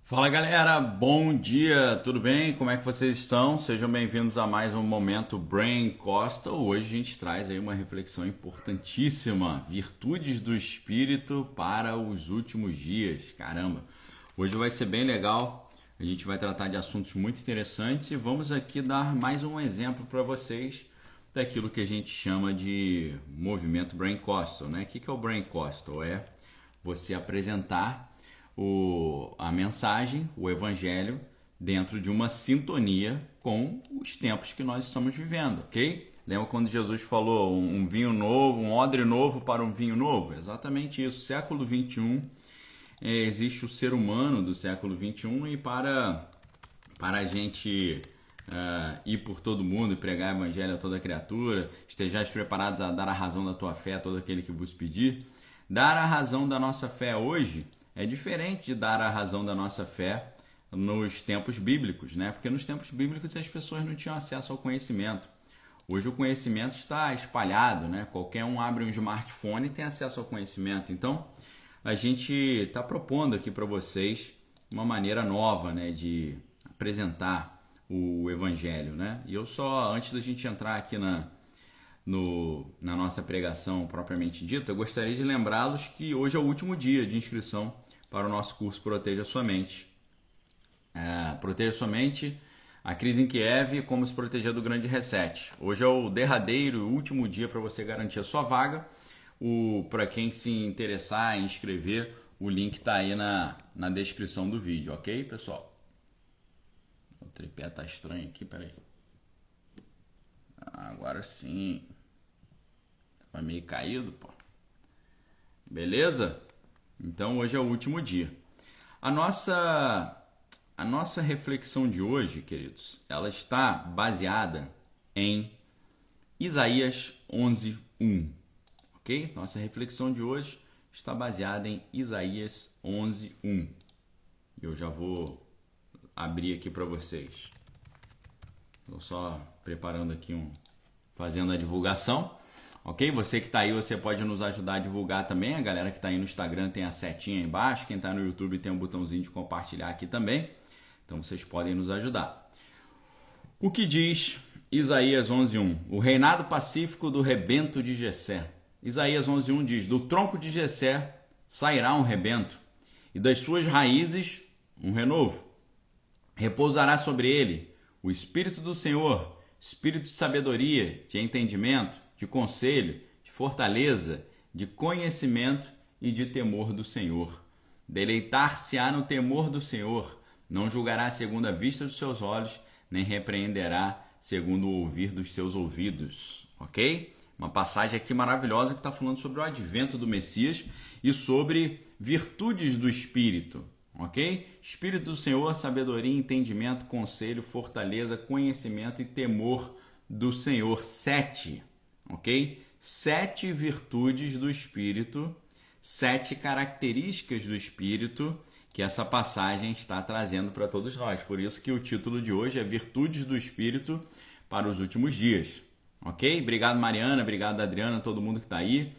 Fala galera, bom dia, tudo bem? Como é que vocês estão? Sejam bem-vindos a mais um Momento Brain Costa. Hoje a gente traz aí uma reflexão importantíssima, virtudes do espírito para os últimos dias. Caramba, hoje vai ser bem legal, a gente vai tratar de assuntos muito interessantes e vamos aqui dar mais um exemplo para vocês daquilo que a gente chama de movimento Brain Costa, né? O que é o Brain Costa? É você apresentar a mensagem, o evangelho, dentro de uma sintonia com os tempos que nós estamos vivendo, ok? Lembra quando Jesus falou um vinho novo, um odre novo para um vinho novo? Exatamente isso. Século 21, existe o ser humano do século 21 e para a gente ir por todo mundo e pregar o evangelho a toda criatura, estejais preparados a dar a razão da tua fé a todo aquele que vos pedir. Dar a razão da nossa fé hoje é diferente de dar a razão da nossa fé nos tempos bíblicos, né? Porque nos tempos bíblicos as pessoas não tinham acesso ao conhecimento. Hoje o conhecimento está espalhado, né? Qualquer um abre um smartphone e tem acesso ao conhecimento. Então, a gente está propondo aqui para vocês uma maneira nova, né, de apresentar o evangelho, né? E eu só, antes da gente entrar aqui na nossa pregação propriamente dita, eu gostaria de lembrá-los que hoje é o último dia de inscrição para o nosso curso Proteja Sua Mente. Proteja Sua Mente, a crise em Kiev, como se proteger do grande reset. Hoje é o derradeiro e último dia para você garantir a sua vaga. Para quem se interessar em inscrever, o link está aí na descrição do vídeo, ok, pessoal? O tripé tá estranho aqui, peraí. Agora sim. Tava meio caído, pô. Beleza? Então hoje é o último dia. A nossa reflexão de hoje, queridos, ela está baseada em Isaías 11:1. Ok? Nossa reflexão de hoje está baseada em Isaías 11:1. Eu já vou abrir aqui para vocês. Estou só preparando aqui fazendo a divulgação. Ok? Você que está aí, você pode nos ajudar a divulgar também. A galera que está aí no Instagram tem a setinha aí embaixo. Quem está no YouTube tem um botãozinho de compartilhar aqui também. Então vocês podem nos ajudar. O que diz Isaías 11:1? O reinado pacífico do rebento de Jessé. Isaías 11:1 diz: do tronco de Jessé sairá um rebento, e das suas raízes um renovo. Repousará sobre ele o Espírito do Senhor, Espírito de sabedoria, de entendimento, de conselho, de fortaleza, de conhecimento e de temor do Senhor. Deleitar-se-á no temor do Senhor, não julgará segundo a vista dos seus olhos, nem repreenderá segundo o ouvir dos seus ouvidos. Ok? Uma passagem aqui maravilhosa que está falando sobre o advento do Messias e sobre virtudes do Espírito. Ok? Espírito do Senhor, sabedoria, entendimento, conselho, fortaleza, conhecimento e temor do Senhor. 7. Ok? 7 virtudes do Espírito, 7 características do Espírito que essa passagem está trazendo para todos nós. Por isso que o título de hoje é Virtudes do Espírito para os últimos dias. Ok? Obrigado, Mariana, obrigado, Adriana, todo mundo que está aí.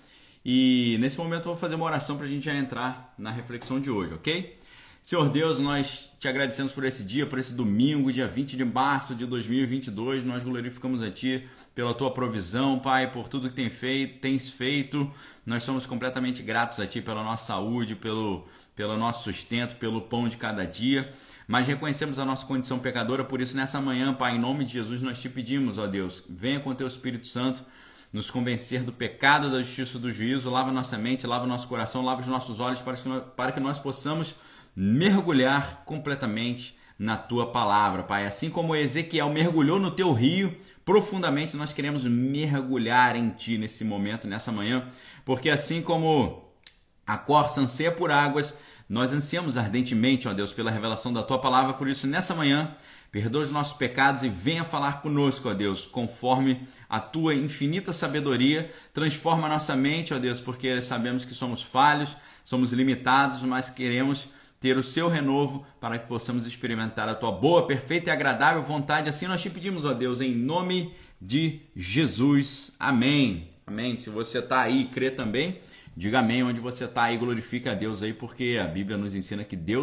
E nesse momento eu vou fazer uma oração para a gente já entrar na reflexão de hoje, ok? Senhor Deus, nós te agradecemos por esse dia, por esse domingo, dia 20 de março de 2022. Nós glorificamos a Ti pela Tua provisão, Pai, por tudo que tens feito. Nós somos completamente gratos a Ti pela nossa saúde, pelo nosso sustento, pelo pão de cada dia. Mas reconhecemos a nossa condição pecadora, por isso nessa manhã, Pai, em nome de Jesus, nós te pedimos, ó Deus, venha com o Teu Espírito Santo nos convencer do pecado, da justiça e do juízo. Lava nossa mente, lava nosso coração, lava os nossos olhos para que nós possamos mergulhar completamente na Tua palavra, Pai. Assim como Ezequiel mergulhou no Teu rio profundamente, nós queremos mergulhar em Ti nesse momento, nessa manhã, porque assim como a corça anseia por águas, nós ansiamos ardentemente, ó Deus, pela revelação da Tua palavra. Por isso, nessa manhã, perdoa os nossos pecados e venha falar conosco, ó Deus, conforme a Tua infinita sabedoria. Transforma a nossa mente, ó Deus, porque sabemos que somos falhos, somos limitados, mas queremos ter o Seu renovo para que possamos experimentar a Tua boa, perfeita e agradável vontade. Assim nós te pedimos, ó Deus, em nome de Jesus. Amém. Amém. Se você está aí e crê também, diga amém onde você está aí, glorifica a Deus aí, porque a Bíblia nos ensina que Deus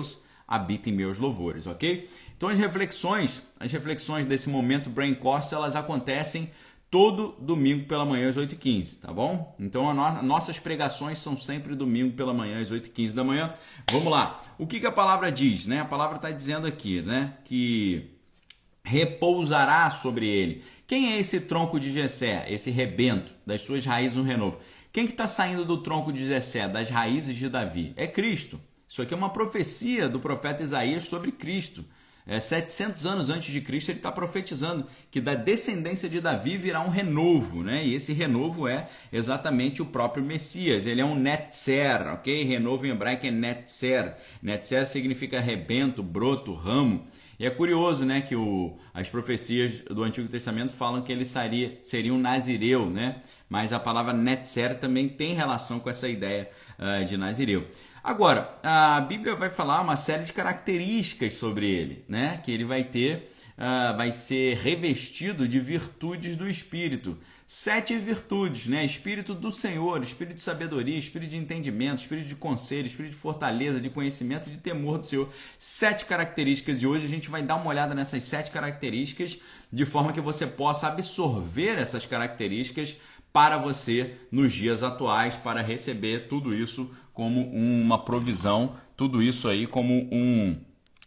habita em meus louvores, ok? Então as reflexões desse momento Braincourse, elas acontecem todo domingo pela manhã às 8h15, tá bom? Então nossas pregações são sempre domingo pela manhã às 8h15 da manhã. Vamos lá. O que a palavra diz, né? A palavra está dizendo aqui, né? Que repousará sobre ele. Quem é esse tronco de Jessé? Esse rebento das suas raízes no renovo. Quem que está saindo do tronco de Jessé, das raízes de Davi? É Cristo. Isso aqui é uma profecia do profeta Isaías sobre Cristo. 700 anos antes de Cristo, ele está profetizando que da descendência de Davi virá um renovo, né? E esse renovo é exatamente o próprio Messias. Ele é um netzer, ok? Renovo em hebraico é netzer. Netzer significa rebento, broto, ramo. E é curioso, né, que as profecias do Antigo Testamento falam que ele seria um nazireu, né? Mas a palavra netzer também tem relação com essa ideia de nazireu. Agora, a Bíblia vai falar uma série de características sobre ele, né? Que ele vai ser revestido de virtudes do Espírito. 7 virtudes, né? Espírito do Senhor, espírito de sabedoria, espírito de entendimento, espírito de conselho, espírito de fortaleza, de conhecimento e de temor do Senhor. 7 características, e hoje a gente vai dar uma olhada nessas 7 características de forma que você possa absorver essas características para você nos dias atuais, para receber tudo isso como uma provisão, tudo isso aí como um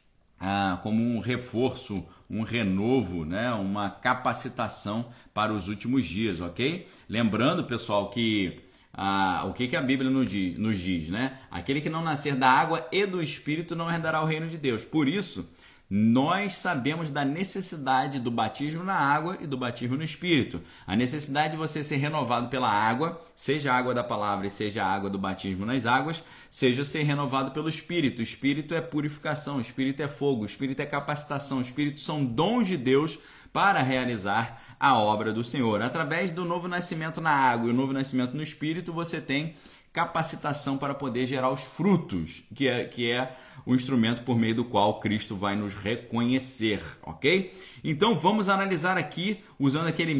reforço, um renovo, né? Uma capacitação para os últimos dias, ok? Lembrando, pessoal, que o que a Bíblia nos diz, né? Aquele que não nascer da água e do Espírito não herdará o reino de Deus. Por isso, nós sabemos da necessidade do batismo na água e do batismo no Espírito. A necessidade de você ser renovado pela água, seja a água da palavra e seja a água do batismo nas águas, seja ser renovado pelo Espírito. O Espírito é purificação, o Espírito é fogo, o Espírito é capacitação, o Espírito são dons de Deus para realizar a obra do Senhor. Através do novo nascimento na água e o novo nascimento no Espírito, você tem capacitação para poder gerar os frutos, que é o instrumento por meio do qual Cristo vai nos reconhecer, ok? Então vamos analisar aqui, usando aquele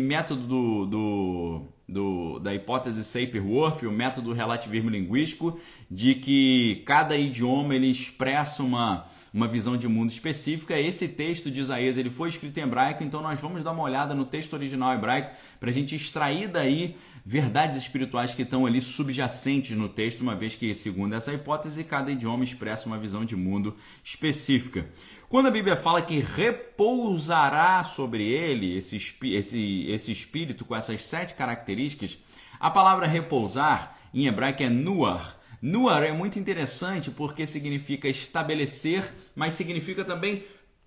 método da hipótese Sapir-Whorf, o método relativismo linguístico, de que cada idioma ele expressa uma visão de mundo específica. Esse texto de Isaías ele foi escrito em hebraico, então nós vamos dar uma olhada no texto original hebraico para a gente extrair daí verdades espirituais que estão ali subjacentes no texto, uma vez que, segundo essa hipótese, cada idioma expressa uma visão de mundo específica. Quando a Bíblia fala que repousará sobre ele esse espírito com essas 7 características, a palavra repousar em hebraico é nuar. Nuar é muito interessante porque significa estabelecer, mas significa também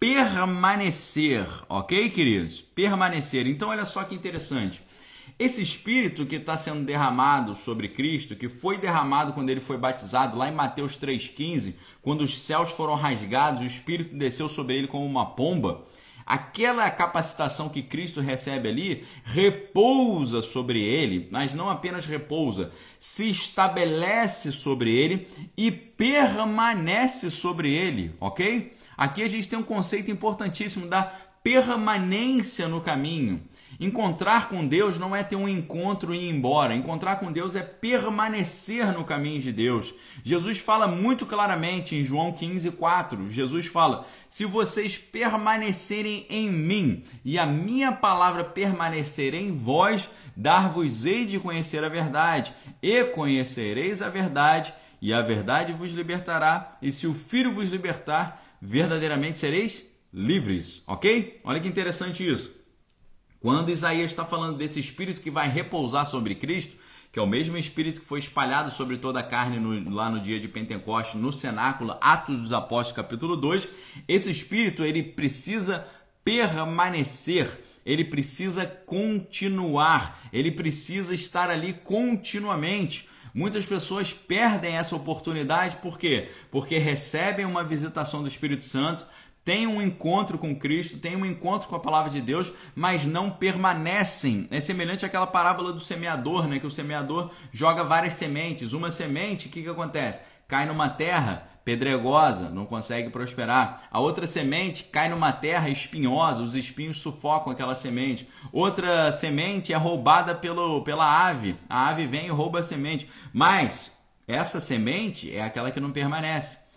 permanecer, ok, queridos? Permanecer. Então, olha só que interessante. Esse Espírito que está sendo derramado sobre Cristo, que foi derramado quando ele foi batizado, lá em Mateus 3,15, quando os céus foram rasgados, o Espírito desceu sobre ele como uma pomba, aquela capacitação que Cristo recebe ali repousa sobre ele, mas não apenas repousa, se estabelece sobre ele e permanece sobre ele, ok? Aqui a gente tem um conceito importantíssimo da permanência no caminho. Encontrar com Deus não é ter um encontro e ir embora. Encontrar com Deus é permanecer no caminho de Deus. Jesus fala muito claramente em João 15,4. Jesus fala: se vocês permanecerem em mim e a minha palavra permanecer em vós, dar-vos-ei de conhecer a verdade. E conhecereis a verdade, e a verdade vos libertará. E se o Filho vos libertar, verdadeiramente sereis livres. Ok? Olha que interessante isso. Quando Isaías está falando desse Espírito que vai repousar sobre Cristo, que é o mesmo Espírito que foi espalhado sobre toda a carne lá no dia de Pentecostes, no cenáculo, Atos dos Apóstolos, capítulo 2, esse Espírito ele precisa permanecer, ele precisa continuar, ele precisa estar ali continuamente. Muitas pessoas perdem essa oportunidade, por quê? Porque recebem uma visitação do Espírito Santo, tem um encontro com Cristo, tem um encontro com a palavra de Deus, mas não permanecem. É semelhante àquela parábola do semeador, né? Que o semeador joga várias sementes. Uma semente, o que acontece? Cai numa terra pedregosa, não consegue prosperar. A outra semente cai numa terra espinhosa, os espinhos sufocam aquela semente. Outra semente é roubada pela ave. A ave vem e rouba a semente. Mas essa semente é aquela que não permanece.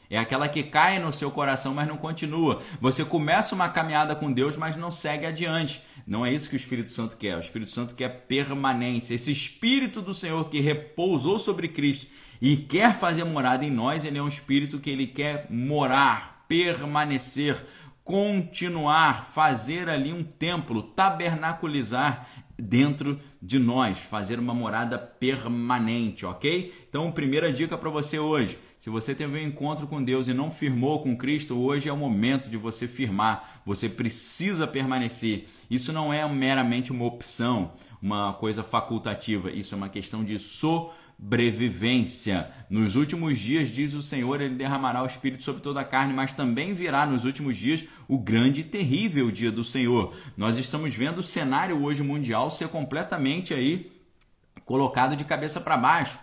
É aquela que cai no seu coração, mas não continua. Você começa uma caminhada com Deus, mas não segue adiante. Não é isso que o Espírito Santo quer. O Espírito Santo quer permanência. Esse Espírito do Senhor que repousou sobre Cristo e quer fazer morada em nós, ele é um Espírito que ele quer morar, permanecer, continuar, fazer ali um templo, tabernaculizar dentro de nós, fazer uma morada permanente, ok? Então, primeira dica para você hoje: se você teve um encontro com Deus e não firmou com Cristo, hoje é o momento de você firmar. Você precisa permanecer. Isso não é meramente uma opção, uma coisa facultativa. Isso é uma questão de sobrevivência. Nos últimos dias, diz o Senhor, ele derramará o Espírito sobre toda a carne, mas também virá nos últimos dias o grande e terrível dia do Senhor. Nós estamos vendo o cenário hoje mundial ser completamente aí colocado de cabeça para baixo.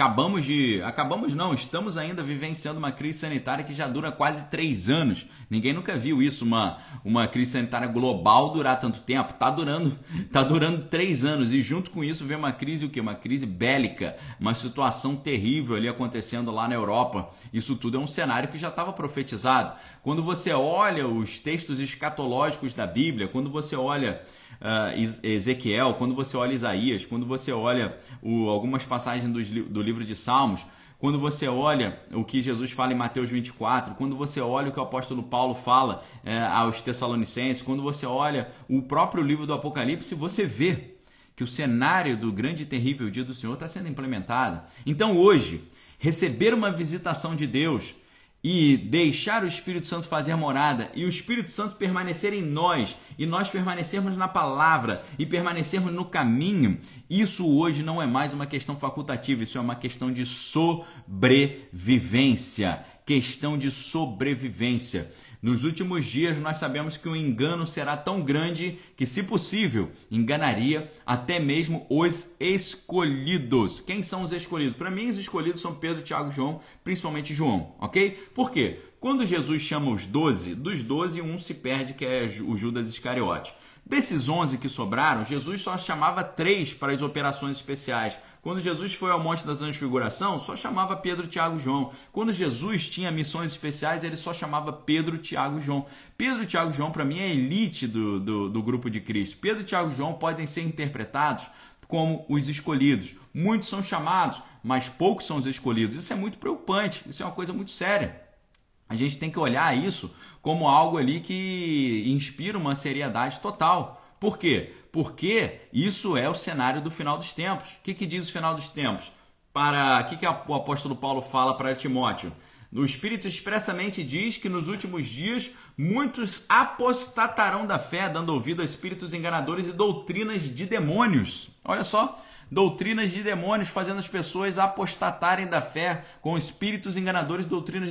Estamos ainda vivenciando uma crise sanitária que já dura quase 3 anos. Ninguém nunca viu isso, uma crise sanitária global durar tanto tempo. Tá durando 3 anos e junto com isso vem uma crise, o quê? Uma crise bélica, uma situação terrível ali acontecendo lá na Europa. Isso tudo é um cenário que já estava profetizado. Quando você olha os textos escatológicos da Bíblia, quando você olha Ezequiel, quando você olha Isaías, quando você olha algumas passagens do livro de Salmos, quando você olha o que Jesus fala em Mateus 24, quando você olha o que o apóstolo Paulo fala aos Tessalonicenses, quando você olha o próprio livro do Apocalipse, você vê que o cenário do grande e terrível dia do Senhor está sendo implementado. Então hoje, receber uma visitação de Deus e deixar o Espírito Santo fazer morada e o Espírito Santo permanecer em nós e nós permanecermos na palavra e permanecermos no caminho, isso hoje não é mais uma questão facultativa, isso é uma questão de sobrevivência. Nos últimos dias nós sabemos que o engano será tão grande que, se possível, enganaria até mesmo os escolhidos. Quem são os escolhidos? Para mim, os escolhidos são Pedro, Tiago e João, principalmente João, ok? Por quê? Quando Jesus chama os 12, dos 12 um se perde, que é o Judas Iscariote. Desses 11 que sobraram, Jesus só chamava 3 para as operações especiais. Quando Jesus foi ao Monte da Transfiguração, só chamava Pedro, Tiago e João. Quando Jesus tinha missões especiais, ele só chamava Pedro, Tiago e João. Pedro, Tiago e João, para mim, é a elite do grupo de Cristo. Pedro, Tiago e João podem ser interpretados como os escolhidos. Muitos são chamados, mas poucos são os escolhidos. Isso é muito preocupante, isso é uma coisa muito séria. A gente tem que olhar isso como algo ali que inspira uma seriedade total. Por quê? Porque isso é o cenário do final dos tempos. O que diz o final dos tempos? O que o apóstolo Paulo fala para Timóteo? O Espírito expressamente diz que nos últimos dias muitos apostatarão da fé, dando ouvido a espíritos enganadores e doutrinas de demônios. Olha só. Doutrinas de demônios, fazendo as pessoas apostatarem da fé com espíritos enganadores, doutrinas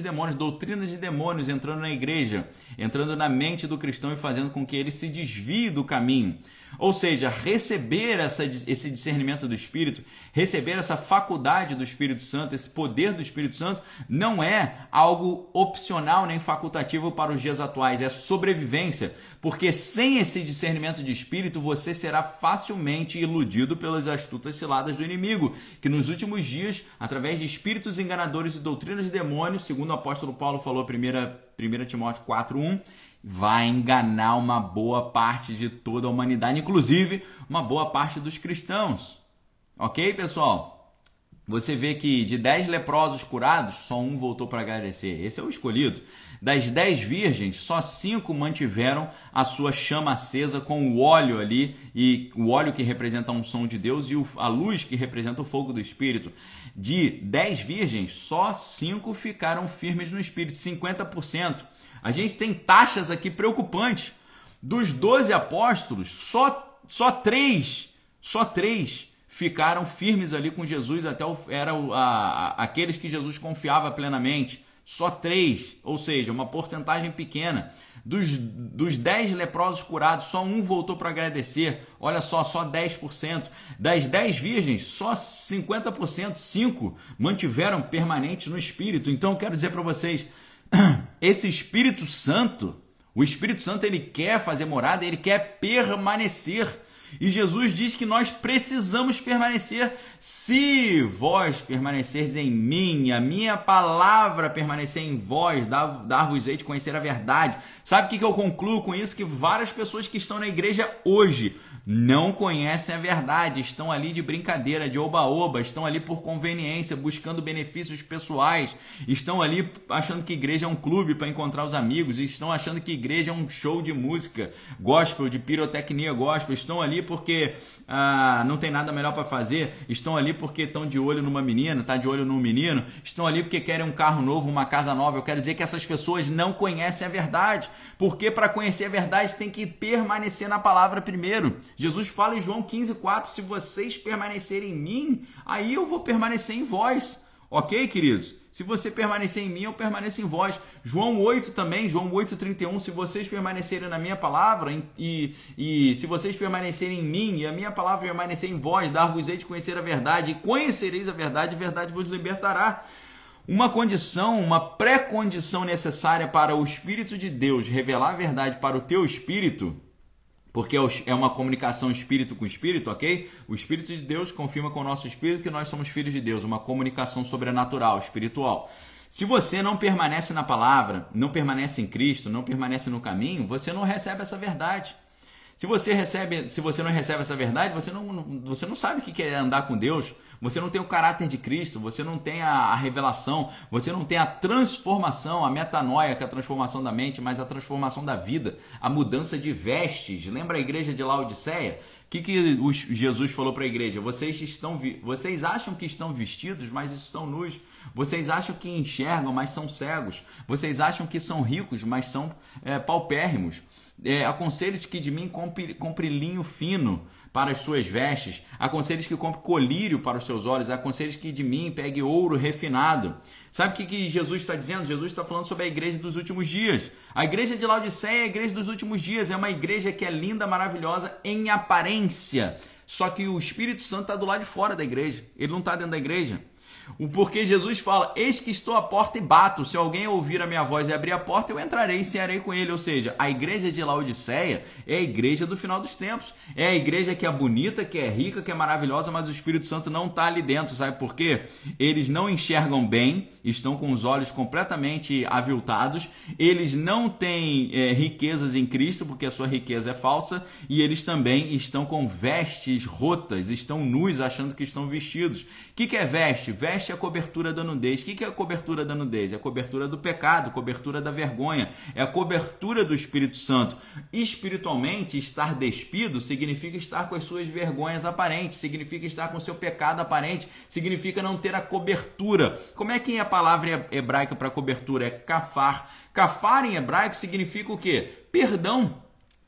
de demônios entrando na igreja, entrando na mente do cristão e fazendo com que ele se desvie do caminho. Ou seja, receber esse discernimento do Espírito, receber essa faculdade do Espírito Santo, esse poder do Espírito Santo, não é algo opcional nem facultativo para os dias atuais, é sobrevivência, porque sem esse discernimento de Espírito, você será facilmente iludido pelas astutas ciladas do inimigo, que nos últimos dias, através de espíritos enganadores e doutrinas de demônios, segundo o apóstolo Paulo falou, 1 Timóteo 4:1, vai enganar uma boa parte de toda a humanidade, inclusive uma boa parte dos cristãos. Ok, pessoal? Você vê que de 10 leprosos curados, só um voltou para agradecer. Esse é o escolhido. Das 10 virgens, só 5 mantiveram a sua chama acesa com o óleo ali, e o óleo que representa a unção de Deus e a luz que representa o fogo do Espírito. De 10 virgens, só 5 ficaram firmes no Espírito, 50%. A gente tem taxas aqui preocupantes. Dos 12 apóstolos, só 3 ficaram firmes ali com Jesus, aqueles que Jesus confiava plenamente. Só 3, ou seja, uma porcentagem pequena. Dos 10 leprosos curados, só um voltou para agradecer. Olha só 10%. Das 10 virgens, só 50%, 5 mantiveram permanentes no Espírito. Então, eu quero dizer para vocês, esse Espírito Santo, o Espírito Santo, ele quer fazer morada, ele quer permanecer. E Jesus diz que nós precisamos permanecer. Se vós permanecerdes em mim, a minha palavra permanecer em vós, dar-vos-ei de conhecer a verdade. Sabe o que eu concluo com isso? Que várias pessoas que estão na igreja hoje não conhecem a verdade, estão ali de brincadeira, de oba-oba, estão ali por conveniência, buscando benefícios pessoais, estão ali achando que igreja é um clube para encontrar os amigos, estão achando que igreja é um show de música gospel, de pirotecnia gospel, estão ali porque não tem nada melhor para fazer, estão ali porque estão de olho numa menina, tá de olho num menino, estão ali porque querem um carro novo, uma casa nova. Eu quero dizer que essas pessoas não conhecem a verdade, porque para conhecer a verdade tem que permanecer na palavra primeiro. Jesus fala em João 15,4, se vocês permanecerem em mim, aí eu vou permanecer em vós. Ok, queridos? Se você permanecer em mim, eu permaneço em vós. João 8 também, João 8,31, se vocês permanecerem na minha palavra e se vocês permanecerem em mim e a minha palavra permanecer em vós, dar-vos-ei de conhecer a verdade e conhecereis a verdade vos libertará. Uma condição, uma pré-condição necessária para o Espírito de Deus revelar a verdade para o teu espírito, porque é uma comunicação espírito com espírito, ok? O Espírito de Deus confirma com o nosso espírito que nós somos filhos de Deus, uma comunicação sobrenatural, espiritual. Se você não permanece na palavra, não permanece em Cristo, não permanece no caminho, você não recebe essa verdade. Se você não recebe essa verdade, você não sabe o que é andar com Deus, você não tem o caráter de Cristo, você não tem a revelação, você não tem a transformação, a metanoia, que é a transformação da mente, mas a transformação da vida, a mudança de vestes. Lembra a igreja de Laodiceia? O que Jesus falou para a igreja? Vocês acham que estão vestidos, mas estão nus. Vocês acham que enxergam, mas são cegos. Vocês acham que são ricos, mas são paupérrimos. Aconselho-te que de mim compre linho fino para as suas vestes, aconselho-te que compre colírio para os seus olhos, aconselho-te que de mim pegue ouro refinado. Sabe o que Jesus está dizendo? Jesus está falando sobre a igreja dos últimos dias. A igreja de Laodiceia é a igreja dos últimos dias, é uma igreja que é linda, maravilhosa em aparência, só que o Espírito Santo está do lado de fora da igreja, ele não está dentro da igreja. Porque Jesus fala, eis que estou à porta e bato, se alguém ouvir a minha voz e abrir a porta, eu entrarei e cearei com ele. Ou seja, a igreja de Laodiceia é a igreja do final dos tempos, é a igreja que é bonita, que é rica, que é maravilhosa, mas o Espírito Santo não está ali dentro. Sabe por quê? Eles não enxergam bem, estão com os olhos completamente aviltados, eles não têm riquezas em Cristo, porque a sua riqueza é falsa, e eles também estão com vestes rotas, estão nus achando que estão vestidos. O que é veste? Veste é a cobertura da nudez. O que é a cobertura da nudez? É a cobertura do pecado, cobertura da vergonha, é a cobertura do Espírito Santo. Espiritualmente, estar despido significa estar com as suas vergonhas aparentes, significa estar com o seu pecado aparente, significa não ter a cobertura. Como é que é a palavra hebraica para cobertura? É kafar. Kafar em hebraico significa o quê? Perdão.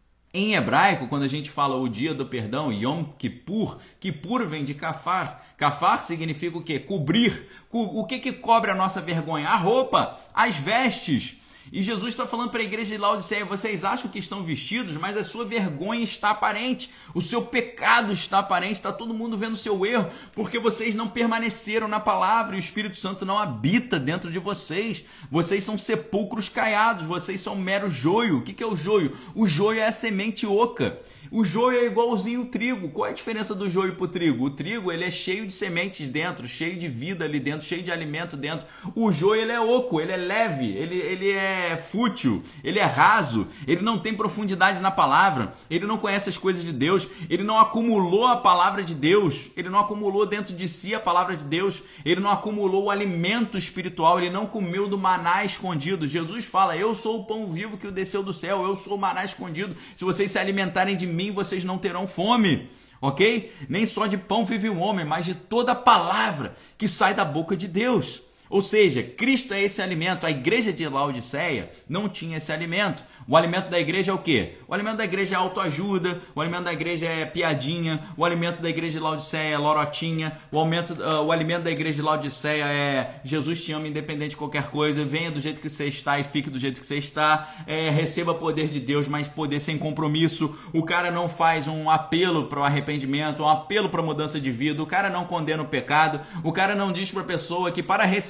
Em hebraico, quando a gente fala o dia do perdão, Yom Kippur, Kippur vem de kafar. Kafar significa o quê? Cobrir. O que cobre a nossa vergonha? A roupa, as vestes. E Jesus está falando para a igreja de Laodiceia, vocês acham que estão vestidos, mas a sua vergonha está aparente, o seu pecado está aparente, está todo mundo vendo o seu erro, porque vocês não permaneceram na palavra e o Espírito Santo não habita dentro de vocês. Vocês são sepulcros caiados, vocês são mero joio. O que é o joio? O joio é a semente oca. O joio é igualzinho o trigo. Qual é a diferença do joio para o trigo? O trigo ele é cheio de sementes dentro, cheio de vida ali dentro, cheio de alimento dentro. O joio ele é oco, ele é leve, ele é fútil, ele é raso, ele não tem profundidade na palavra, ele não conhece as coisas de Deus, ele não acumulou a palavra de Deus, ele não acumulou dentro de si a palavra de Deus, ele não acumulou o alimento espiritual, ele não comeu do maná escondido. Jesus fala, eu sou o pão vivo que desceu do céu, eu sou o maná escondido. Se vocês se alimentarem de mim, vocês não terão fome, ok? Nem só de pão vive o homem, mas de toda a palavra que sai da boca de Deus. Ou seja, Cristo é esse alimento. A igreja de Laodiceia não tinha esse alimento. O alimento da igreja é o quê? O alimento da igreja é autoajuda, o alimento da igreja é piadinha, o alimento da igreja de Laodiceia é lorotinha, o alimento da igreja de Laodiceia é Jesus te ama independente de qualquer coisa, venha do jeito que você está e fique do jeito que você está, receba poder de Deus, mas poder sem compromisso. O cara não faz um apelo para o arrependimento, um apelo para a mudança de vida, o cara não condena o pecado, o cara não diz para a pessoa que para receber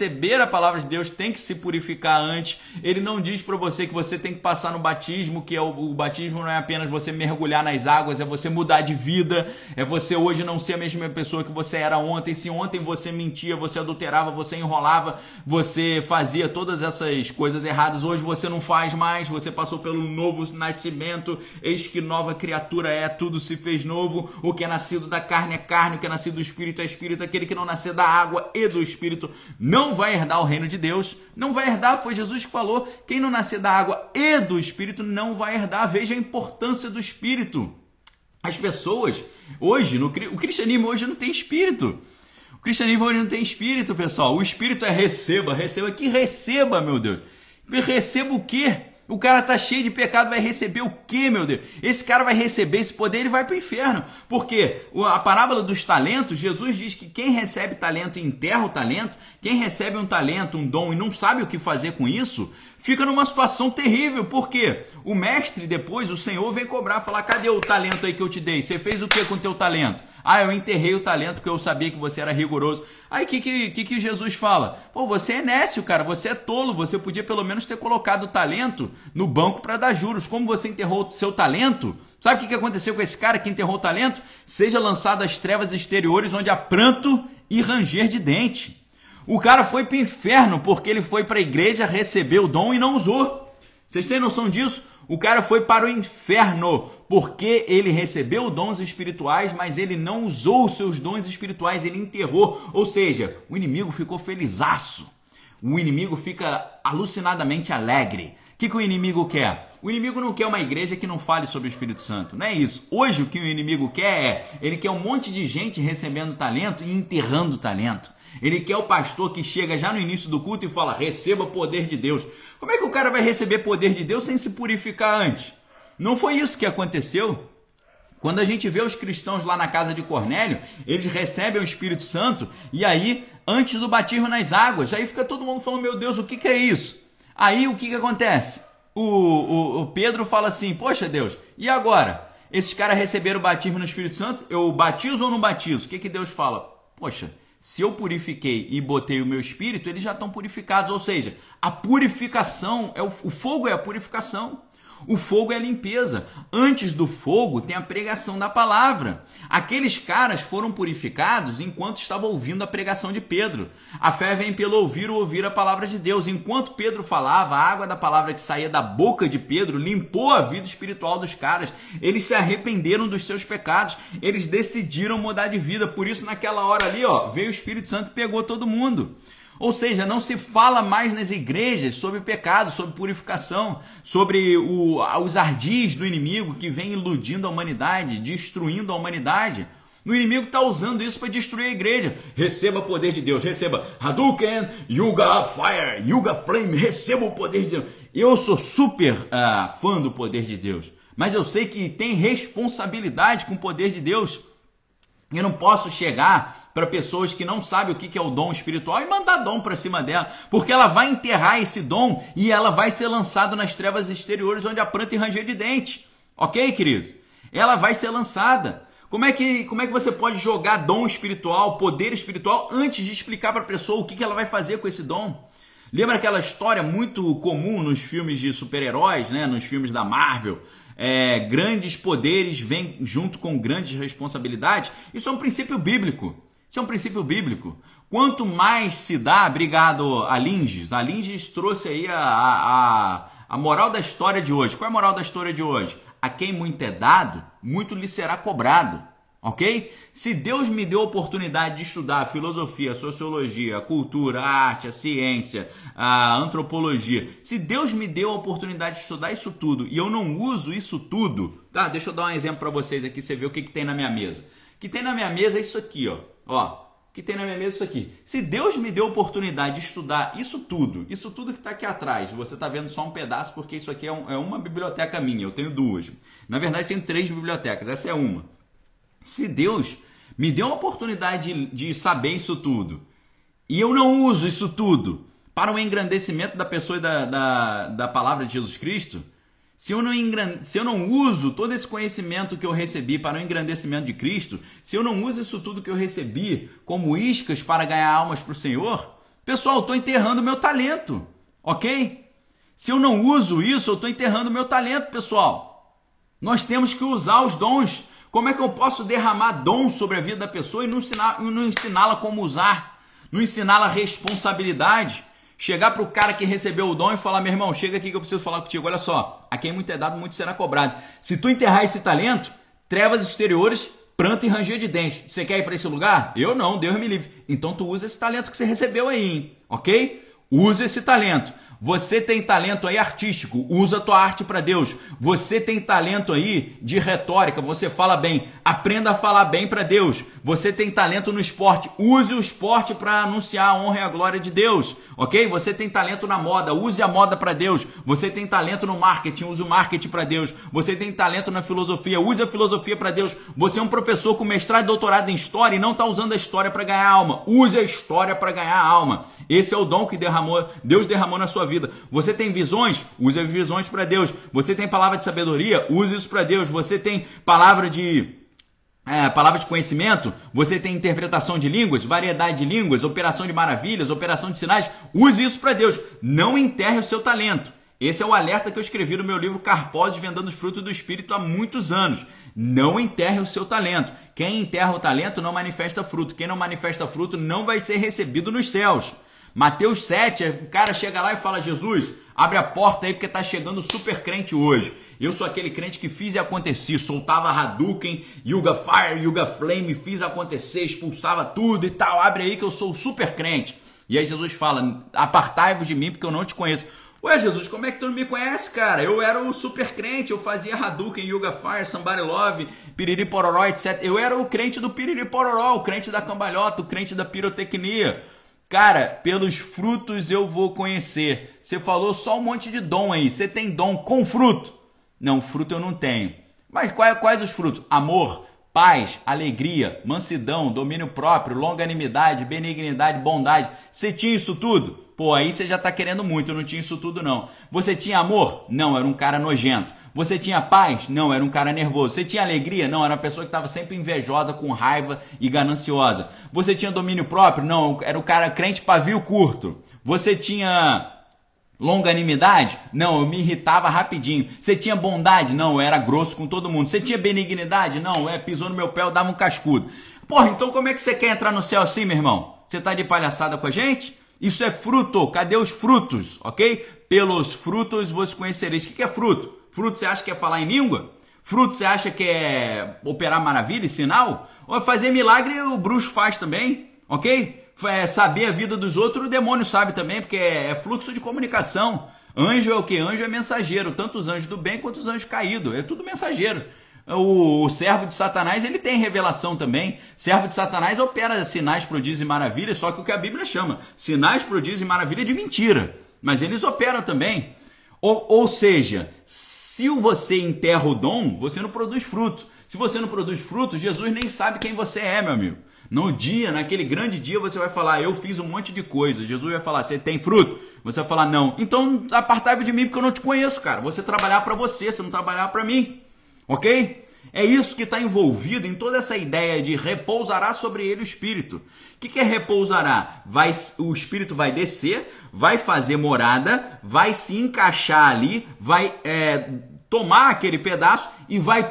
receber a palavra de Deus tem que se purificar antes. Ele não diz para você que você tem que passar no batismo, que o batismo não é apenas você mergulhar nas águas, é você mudar de vida, é você hoje não ser a mesma pessoa que você era ontem. Se ontem você mentia, você adulterava, você enrolava, você fazia todas essas coisas erradas, hoje você não faz mais, você passou pelo novo nascimento, eis que nova criatura é, tudo se fez novo, o que é nascido da carne é carne, o que é nascido do Espírito é Espírito, aquele que não nascer da água e do Espírito não vai herdar o reino de Deus, não vai herdar, foi Jesus que falou, quem não nascer da água e do Espírito não vai herdar. Veja a importância do Espírito. As pessoas, hoje, o cristianismo hoje não tem Espírito. O cristianismo hoje não tem Espírito, pessoal. O Espírito é receba, que receba, meu Deus. Receba o quê? O cara tá cheio de pecado, vai receber o quê, meu Deus? Esse cara vai receber esse poder, ele vai para o inferno. Porque a parábola dos talentos, Jesus diz que quem recebe talento e enterra o talento, quem recebe um talento, um dom e não sabe o que fazer com isso, fica numa situação terrível. Por quê? O mestre depois, o Senhor vem cobrar, falar, cadê o talento aí que eu te dei? Você fez o que com o teu talento? Ah, eu enterrei o talento porque eu sabia que você era rigoroso. Aí o que Jesus fala? Pô, você é nécio, cara, você é tolo, você podia pelo menos ter colocado o talento no banco para dar juros. Como você enterrou o seu talento? Sabe o que aconteceu com esse cara que enterrou o talento? Seja lançado às trevas exteriores onde há pranto e ranger de dente. O cara foi para o inferno porque ele foi para a igreja receber o dom e não usou. Vocês têm noção disso? O cara foi para o inferno porque ele recebeu dons espirituais, mas ele não usou os seus dons espirituais, ele enterrou. Ou seja, o inimigo ficou felizaço. O inimigo fica alucinadamente alegre. O que o inimigo quer? O inimigo não quer uma igreja que não fale sobre o Espírito Santo. Não é isso. Hoje o que o inimigo quer ele quer um monte de gente recebendo talento e enterrando talento. Ele quer o pastor que chega já no início do culto e fala, receba poder de Deus. Como é que o cara vai receber poder de Deus sem se purificar antes? Não foi isso que aconteceu. Quando a gente vê os cristãos lá na casa de Cornélio, eles recebem o Espírito Santo e aí, antes do batismo nas águas, aí fica todo mundo falando, meu Deus, o que é isso? Aí o que acontece? O Pedro fala assim, poxa Deus, e agora? Esses caras receberam o batismo no Espírito Santo, eu batizo ou não batizo? O que Deus fala? Poxa, se eu purifiquei e botei o meu espírito, eles já estão purificados. Ou seja, a purificação, o fogo é a purificação. O fogo é a limpeza. Antes do fogo tem a pregação da palavra. Aqueles caras foram purificados enquanto estavam ouvindo a pregação de Pedro. A fé vem pelo ouvir a palavra de Deus. Enquanto Pedro falava, a água da palavra que saía da boca de Pedro limpou a vida espiritual dos caras. Eles se arrependeram dos seus pecados. Eles decidiram mudar de vida. Por isso, naquela hora ali, veio o Espírito Santo e pegou todo mundo. Ou seja, não se fala mais nas igrejas sobre pecado, sobre purificação, sobre os ardis do inimigo que vem iludindo a humanidade, destruindo a humanidade. O inimigo está usando isso para destruir a igreja. Receba o poder de Deus, receba Hadouken, Yuga Fire, Yuga Flame, receba o poder de Deus. Eu sou super fã do poder de Deus, mas eu sei que tem responsabilidade com o poder de Deus. Eu não posso chegar para pessoas que não sabem o que é o dom espiritual e mandar dom para cima dela, porque ela vai enterrar esse dom e ela vai ser lançada nas trevas exteriores onde há pranto e ranger de dente. Ok, querido? Ela vai ser lançada. Como é que você pode jogar dom espiritual, poder espiritual, antes de explicar para a pessoa o que ela vai fazer com esse dom? Lembra aquela história muito comum nos filmes de super-heróis, né? Nos filmes da Marvel? Grandes poderes vêm junto com grandes responsabilidades. Isso é um princípio bíblico. Quanto mais se dá, obrigado a Linges. A Linges trouxe aí a moral da história de hoje. Qual é a moral da história de hoje? A quem muito é dado, muito lhe será cobrado. Ok? Se Deus me deu a oportunidade de estudar a filosofia, a sociologia, a cultura, a arte, a ciência, a antropologia, se Deus me deu a oportunidade de estudar isso tudo e eu não uso isso tudo, tá? Deixa eu dar um exemplo para vocês aqui, você vê o que tem na minha mesa. O que tem na minha mesa é isso aqui, ó. O que tem na minha mesa é isso aqui. Se Deus me deu a oportunidade de estudar isso tudo que está aqui atrás, você está vendo só um pedaço porque isso aqui é uma biblioteca minha, eu tenho duas. Na verdade, eu tenho 3 bibliotecas, essa é uma. Se Deus me deu a oportunidade de saber isso tudo e eu não uso isso tudo para o engrandecimento da pessoa e da palavra de Jesus Cristo, se eu não uso todo esse conhecimento que eu recebi para o engrandecimento de Cristo, se eu não uso isso tudo que eu recebi como iscas para ganhar almas para o Senhor, Pessoal, eu estou enterrando o meu talento, ok? Se eu não uso isso, eu estou enterrando o meu talento, pessoal. Nós temos que usar os dons. Como é que eu posso derramar dom sobre a vida da pessoa e não ensiná-la como usar? Não ensiná-la responsabilidade? Chegar para o cara que recebeu o dom e falar, meu irmão, chega aqui que eu preciso falar contigo. Olha só, a quem muito é dado, muito será cobrado. Se tu enterrar esse talento, trevas exteriores, pranto e ranger de dentes. Você quer ir para esse lugar? Eu não, Deus me livre. Então tu usa esse talento que você recebeu aí, hein? Ok? Usa esse talento. Você tem talento aí artístico, usa a tua arte para Deus. Você tem talento aí de retórica, você fala bem, aprenda a falar bem para Deus. Você tem talento no esporte, use o esporte para anunciar a honra e a glória de Deus, ok? Você tem talento na moda, use a moda para Deus. Você tem talento no marketing, use o marketing para Deus. Você tem talento na filosofia, use a filosofia para Deus. Você é um professor com mestrado e doutorado em história e não está usando a história para ganhar alma. Use a história para ganhar alma. Esse é o dom que Deus derramou na sua vida. Você tem visões? Use as visões para Deus. Você tem palavra de sabedoria? Use isso para Deus. Você tem palavra de conhecimento? Você tem interpretação de línguas, variedade de línguas, operação de maravilhas, operação de sinais? Use isso para Deus. Não enterre o seu talento. Esse é o alerta que eu escrevi no meu livro Carpose, Vendando os Frutos do Espírito há muitos anos. Não enterre o seu talento. Quem enterra o talento não manifesta fruto. Quem não manifesta fruto não vai ser recebido nos céus. Mateus 7, o cara chega lá e fala, Jesus, abre a porta aí porque tá chegando super crente hoje. Eu sou aquele crente que fiz e aconteci, soltava Hadouken, Yuga Fire, Yuga Flame, fiz acontecer, expulsava tudo e tal. Abre aí que eu sou o super crente. E aí Jesus fala, apartai-vos de mim porque eu não te conheço. Ué, Jesus, como é que tu não me conhece, cara? Eu era o super crente, eu fazia Hadouken, Yuga Fire, Somebody Love, Piriri Pororó, etc. Eu era o crente do Piriri Pororó, o crente da cambalhota, o crente da pirotecnia. Cara, pelos frutos eu vou conhecer. Você falou só um monte de dom aí. Você tem dom com fruto? Não, fruto eu não tenho. Mas quais os frutos? Amor, paz, alegria, mansidão, domínio próprio, longanimidade, benignidade, bondade. Você tinha isso tudo? Pô, aí você já está querendo muito, eu não tinha isso tudo não. Você tinha amor? Não, era um cara nojento. Você tinha paz? Não, era um cara nervoso. Você tinha alegria? Não, era uma pessoa que estava sempre invejosa, com raiva e gananciosa. Você tinha domínio próprio? Não, era o cara crente pavio curto. Você tinha longanimidade? Não, eu me irritava rapidinho. Você tinha bondade? Não, eu era grosso com todo mundo. Você tinha benignidade? Não, pisou no meu pé, eu dava um cascudo. Porra, então como é que você quer entrar no céu assim, meu irmão? Você tá de palhaçada com a gente? Isso é fruto. Cadê os frutos? Ok? Pelos frutos vos conhecereis. O que é fruto? Fruto você acha que é falar em língua? Fruto você acha que é operar maravilha e sinal? Ou fazer milagre o bruxo faz também, ok? Saber a vida dos outros o demônio sabe também, porque é fluxo de comunicação. Anjo é o quê? Anjo é mensageiro, tanto os anjos do bem quanto os anjos caídos, é tudo mensageiro. O servo de Satanás, ele tem revelação também. Servo de Satanás opera sinais, prodígios e maravilhas, só que o que a Bíblia chama sinais, prodígios e maravilha de mentira. Mas eles operam também. Ou seja, se você enterra o dom, você não produz fruto. Se você não produz fruto, Jesus nem sabe quem você é, meu amigo. No dia, naquele grande dia, você vai falar, eu fiz um monte de coisa. Jesus vai falar, você tem fruto? Você vai falar, não. Então, apartai-vos de mim porque eu não te conheço, cara. Você trabalhar para você não trabalhar para mim. Ok? É isso que está envolvido em toda essa ideia de repousará sobre ele o Espírito. O que é repousará? O Espírito vai descer, vai fazer morada, vai se encaixar ali, vai tomar aquele pedaço e vai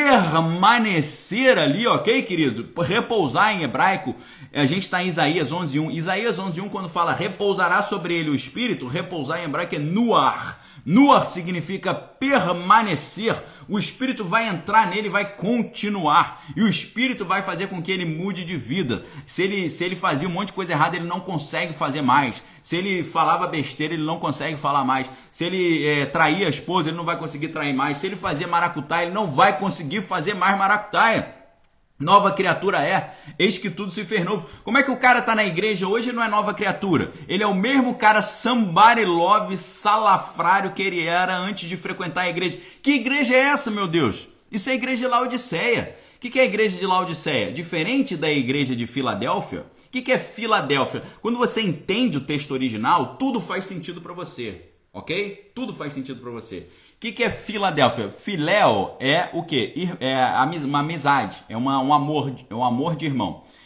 permanecer ali, ok, querido? Repousar em hebraico, a gente está em Isaías 11:1. Isaías 11:1, quando fala repousará sobre ele o Espírito, repousar em hebraico é nuar. Nuar significa permanecer. O Espírito vai entrar nele e vai continuar. E o Espírito vai fazer com que ele mude de vida. Se ele fazia um monte de coisa errada, ele não consegue fazer mais. Se ele falava besteira, ele não consegue falar mais. Se ele traía a esposa, ele não vai conseguir trair mais. Se ele fazia maracutaia, ele não vai conseguir fazer mais maracutaia. Nova criatura é, eis que tudo se fez novo. Como é que o cara tá na igreja hoje e não é nova criatura? Ele é o mesmo cara somebody love, salafrário que ele era antes de frequentar a igreja. Que igreja é essa, meu Deus? Isso é a igreja de Laodiceia. O que é a igreja de Laodiceia? Diferente da igreja de Filadélfia. O que é Filadélfia? Quando você entende o texto original, tudo faz sentido para você, ok? Tudo faz sentido para você. O que é Filadélfia? Filéu é o quê? É uma amizade, é um amor de irmão.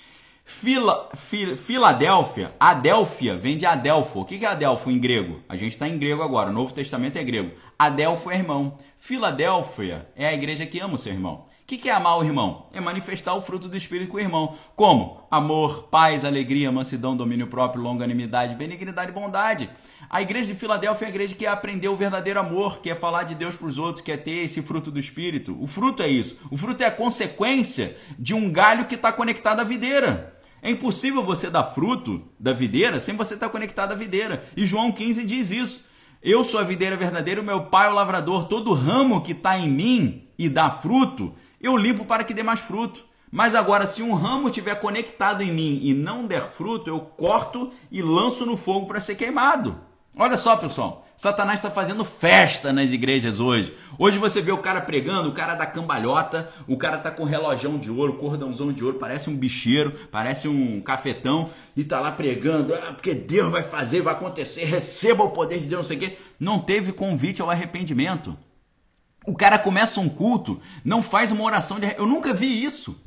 Filadélfia, Adélfia, vem de Adelfo. O que é Adelfo em grego? A gente está em grego agora, o Novo Testamento é grego. Adelfo é irmão. Filadélfia é a igreja que ama o seu irmão. O que é amar o irmão? É manifestar o fruto do Espírito com o irmão. Como? Amor, paz, alegria, mansidão, domínio próprio, longanimidade, benignidade e bondade. A igreja de Filadélfia é a igreja que aprendeu o verdadeiro amor, que é falar de Deus para os outros, que é ter esse fruto do Espírito. O fruto é isso. O fruto é a consequência de um galho que está conectado à videira. É impossível você dar fruto da videira sem você estar conectado à videira. E João 15 diz isso. Eu sou a videira verdadeira, o meu pai é o lavrador. Todo ramo que está em mim e dá fruto, eu limpo para que dê mais fruto. Mas agora, se um ramo estiver conectado em mim e não der fruto, eu corto e lanço no fogo para ser queimado. Olha só, pessoal, Satanás está fazendo festa nas igrejas hoje. Hoje você vê o cara pregando, o cara da cambalhota, o cara está com relógio de ouro, cordãozão de ouro, parece um bicheiro, parece um cafetão, e está lá pregando, porque Deus vai fazer, vai acontecer, receba o poder de Deus, não sei o quê. Não teve convite ao arrependimento. O cara começa um culto, não faz uma oração de... Eu nunca vi isso.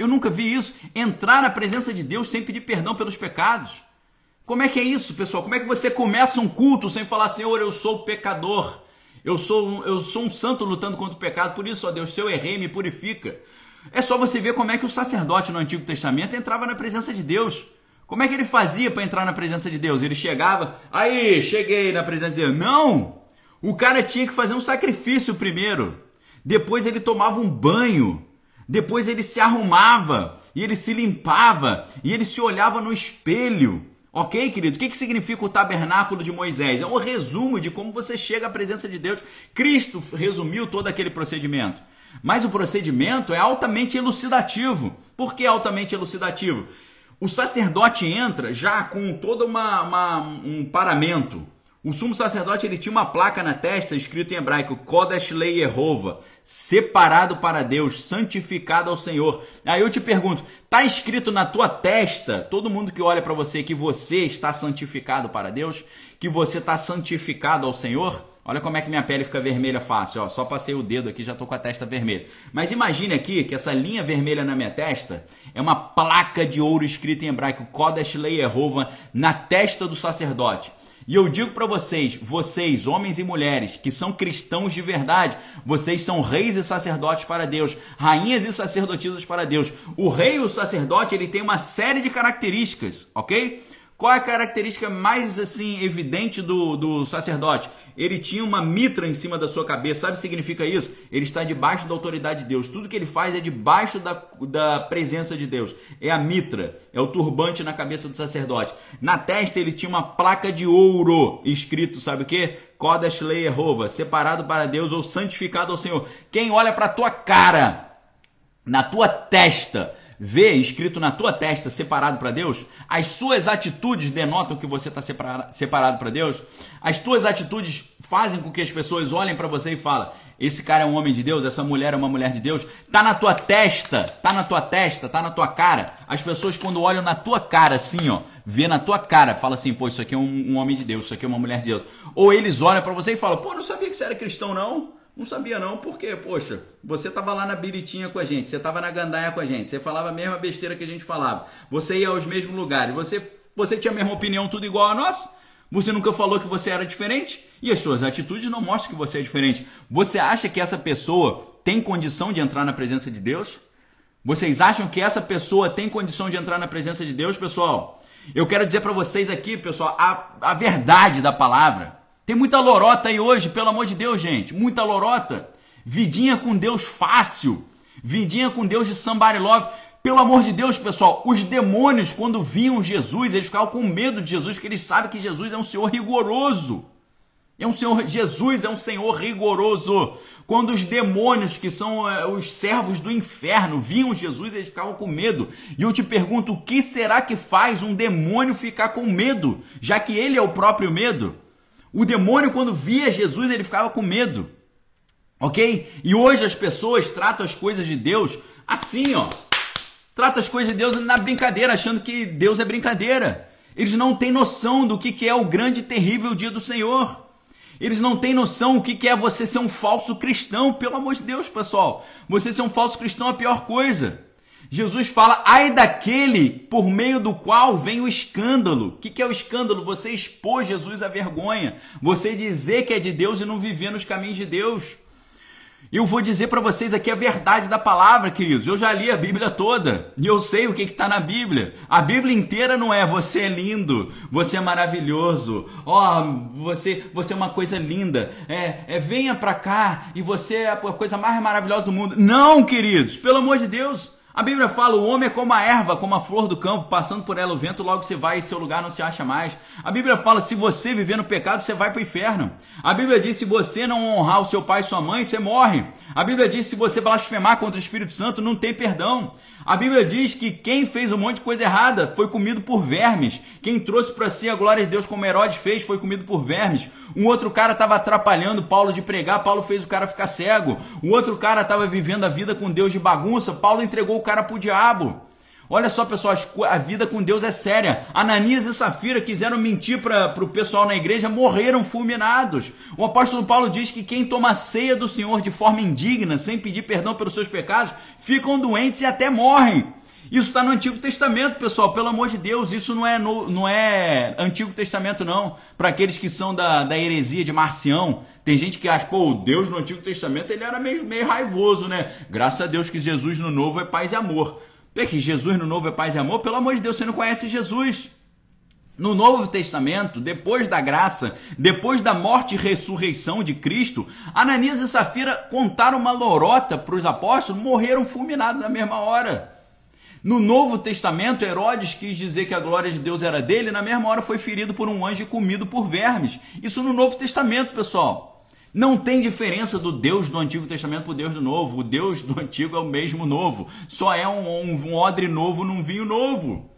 Entrar na presença de Deus sem pedir perdão pelos pecados. Como é que é isso, pessoal? Como é que você começa um culto sem falar, Senhor, eu sou pecador. Eu sou um santo lutando contra o pecado. Por isso, ó Deus, se eu errei, me purifica. É só você ver como é que o sacerdote no Antigo Testamento entrava na presença de Deus. Como é que ele fazia para entrar na presença de Deus? Ele chegava, aí, cheguei na presença de Deus. Não! O cara tinha que fazer um sacrifício primeiro. Depois ele tomava um banho. Depois ele se arrumava. E ele se limpava. E ele se olhava no espelho. Ok, querido? O que significa o tabernáculo de Moisés? É um resumo de como você chega à presença de Deus. Cristo resumiu todo aquele procedimento. Mas o procedimento é altamente elucidativo. Por que altamente elucidativo? O sacerdote entra já com todo um paramento. O sumo sacerdote ele tinha uma placa na testa escrito em hebraico Kodesh Lei Yehovah, separado para Deus, santificado ao Senhor. Aí eu te pergunto, está escrito na tua testa, todo mundo que olha para você, que você está santificado para Deus? Que você está santificado ao Senhor? Olha como é que minha pele fica vermelha fácil, ó. Só passei o dedo aqui, já estou com a testa vermelha. Mas imagine aqui que essa linha vermelha na minha testa é uma placa de ouro escrita em hebraico Kodesh Lei Yehovah na testa do sacerdote. E eu digo para vocês, homens e mulheres, que são cristãos de verdade, vocês são reis e sacerdotes para Deus, rainhas e sacerdotisas para Deus. O rei e o sacerdote, ele tem uma série de características, ok? Qual é a característica mais assim evidente do sacerdote? Ele tinha uma mitra em cima da sua cabeça. Sabe o que significa isso? Ele está debaixo da autoridade de Deus. Tudo que ele faz é debaixo da presença de Deus. É a mitra, é o turbante na cabeça do sacerdote. Na testa ele tinha uma placa de ouro escrito, sabe o quê? Kodesh Lei Yehovah, separado para Deus ou santificado ao Senhor. Quem olha para a tua cara, na tua testa, vê escrito na tua testa separado para Deus, as suas atitudes denotam que você está separado para Deus, as tuas atitudes fazem com que as pessoas olhem para você e falem, esse cara é um homem de Deus, essa mulher é uma mulher de Deus, tá na tua testa, tá na tua cara. As pessoas quando olham na tua cara assim, ó, vê na tua cara, fala assim, pô, isso aqui é um homem de Deus, isso aqui é uma mulher de Deus. Ou eles olham para você e falam, pô, não sabia que você era cristão não. Não sabia não, porque, poxa, você estava lá na biritinha com a gente, você estava na gandaia com a gente, você falava a mesma besteira que a gente falava, você ia aos mesmos lugares, você tinha a mesma opinião, tudo igual a nós, você nunca falou que você era diferente e as suas atitudes não mostram que você é diferente. Você acha que essa pessoa tem condição de entrar na presença de Deus? Vocês acham que essa pessoa tem condição de entrar na presença de Deus, pessoal? Eu quero dizer para vocês aqui, pessoal, a verdade da palavra. Tem muita lorota aí hoje, pelo amor de Deus, gente. Muita lorota. Vidinha com Deus fácil. Vidinha com Deus de somebody love. Pelo amor de Deus, pessoal, os demônios, quando viam Jesus, eles ficavam com medo de Jesus, porque eles sabem que Jesus é um Senhor rigoroso. Jesus é um Senhor rigoroso. Quando os demônios, que são os servos do inferno, viam Jesus, eles ficavam com medo. E eu te pergunto, o que será que faz um demônio ficar com medo, já que ele é o próprio medo? O demônio, quando via Jesus, ele ficava com medo, ok? E hoje as pessoas tratam as coisas de Deus assim, ó. Tratam as coisas de Deus na brincadeira, achando que Deus é brincadeira. Eles não têm noção do que é o grande e terrível dia do Senhor. Eles não têm noção o que é você ser um falso cristão. Pelo amor de Deus, pessoal. Você ser um falso cristão é a pior coisa. Jesus fala, ai daquele por meio do qual vem o escândalo. O que é o escândalo? Você expor Jesus à vergonha. Você dizer que é de Deus e não viver nos caminhos de Deus. Eu vou dizer para vocês aqui a verdade da palavra, queridos. Eu já li a Bíblia toda e eu sei o que está na Bíblia. A Bíblia inteira não é você é lindo, você é maravilhoso, você é uma coisa linda, venha para cá e você é a coisa mais maravilhosa do mundo. Não, queridos, pelo amor de Deus. A Bíblia fala, o homem é como a erva, como a flor do campo, passando por ela o vento, logo você vai e seu lugar não se acha mais. A Bíblia fala, se você viver no pecado, você vai para o inferno. A Bíblia diz, se você não honrar o seu pai e sua mãe, você morre. A Bíblia diz, se você blasfemar contra o Espírito Santo, não tem perdão. A Bíblia diz que quem fez um monte de coisa errada foi comido por vermes. Quem trouxe para si a glória de Deus como Herodes fez, foi comido por vermes. Um outro cara estava atrapalhando Paulo de pregar, Paulo fez o cara ficar cego. Um outro cara estava vivendo a vida com Deus de bagunça, Paulo entregou o cara para o diabo. Olha só, pessoal, a vida com Deus é séria. Ananias e Safira quiseram mentir para o pessoal na igreja, morreram fulminados. O apóstolo Paulo diz que quem toma a ceia do Senhor de forma indigna, sem pedir perdão pelos seus pecados, ficam doentes e até morrem. Isso está no Antigo Testamento, pessoal, pelo amor de Deus, isso não é Antigo Testamento não, para aqueles que são da heresia de Marcião. Tem gente que acha, o Deus no Antigo Testamento ele era meio raivoso, né? Graças a Deus que Jesus no Novo é paz e amor. Que Jesus no Novo é paz e amor? Pelo amor de Deus, você não conhece Jesus. No Novo Testamento, depois da graça, depois da morte e ressurreição de Cristo, Ananias e Safira contaram uma lorota para os apóstolos, morreram fulminados na mesma hora. No Novo Testamento, Herodes quis dizer que a glória de Deus era dele, e na mesma hora foi ferido por um anjo e comido por vermes. Isso no Novo Testamento, pessoal. Não tem diferença do Deus do Antigo Testamento para o Deus do Novo. O Deus do Antigo é o mesmo novo. Só é um odre novo num vinho novo.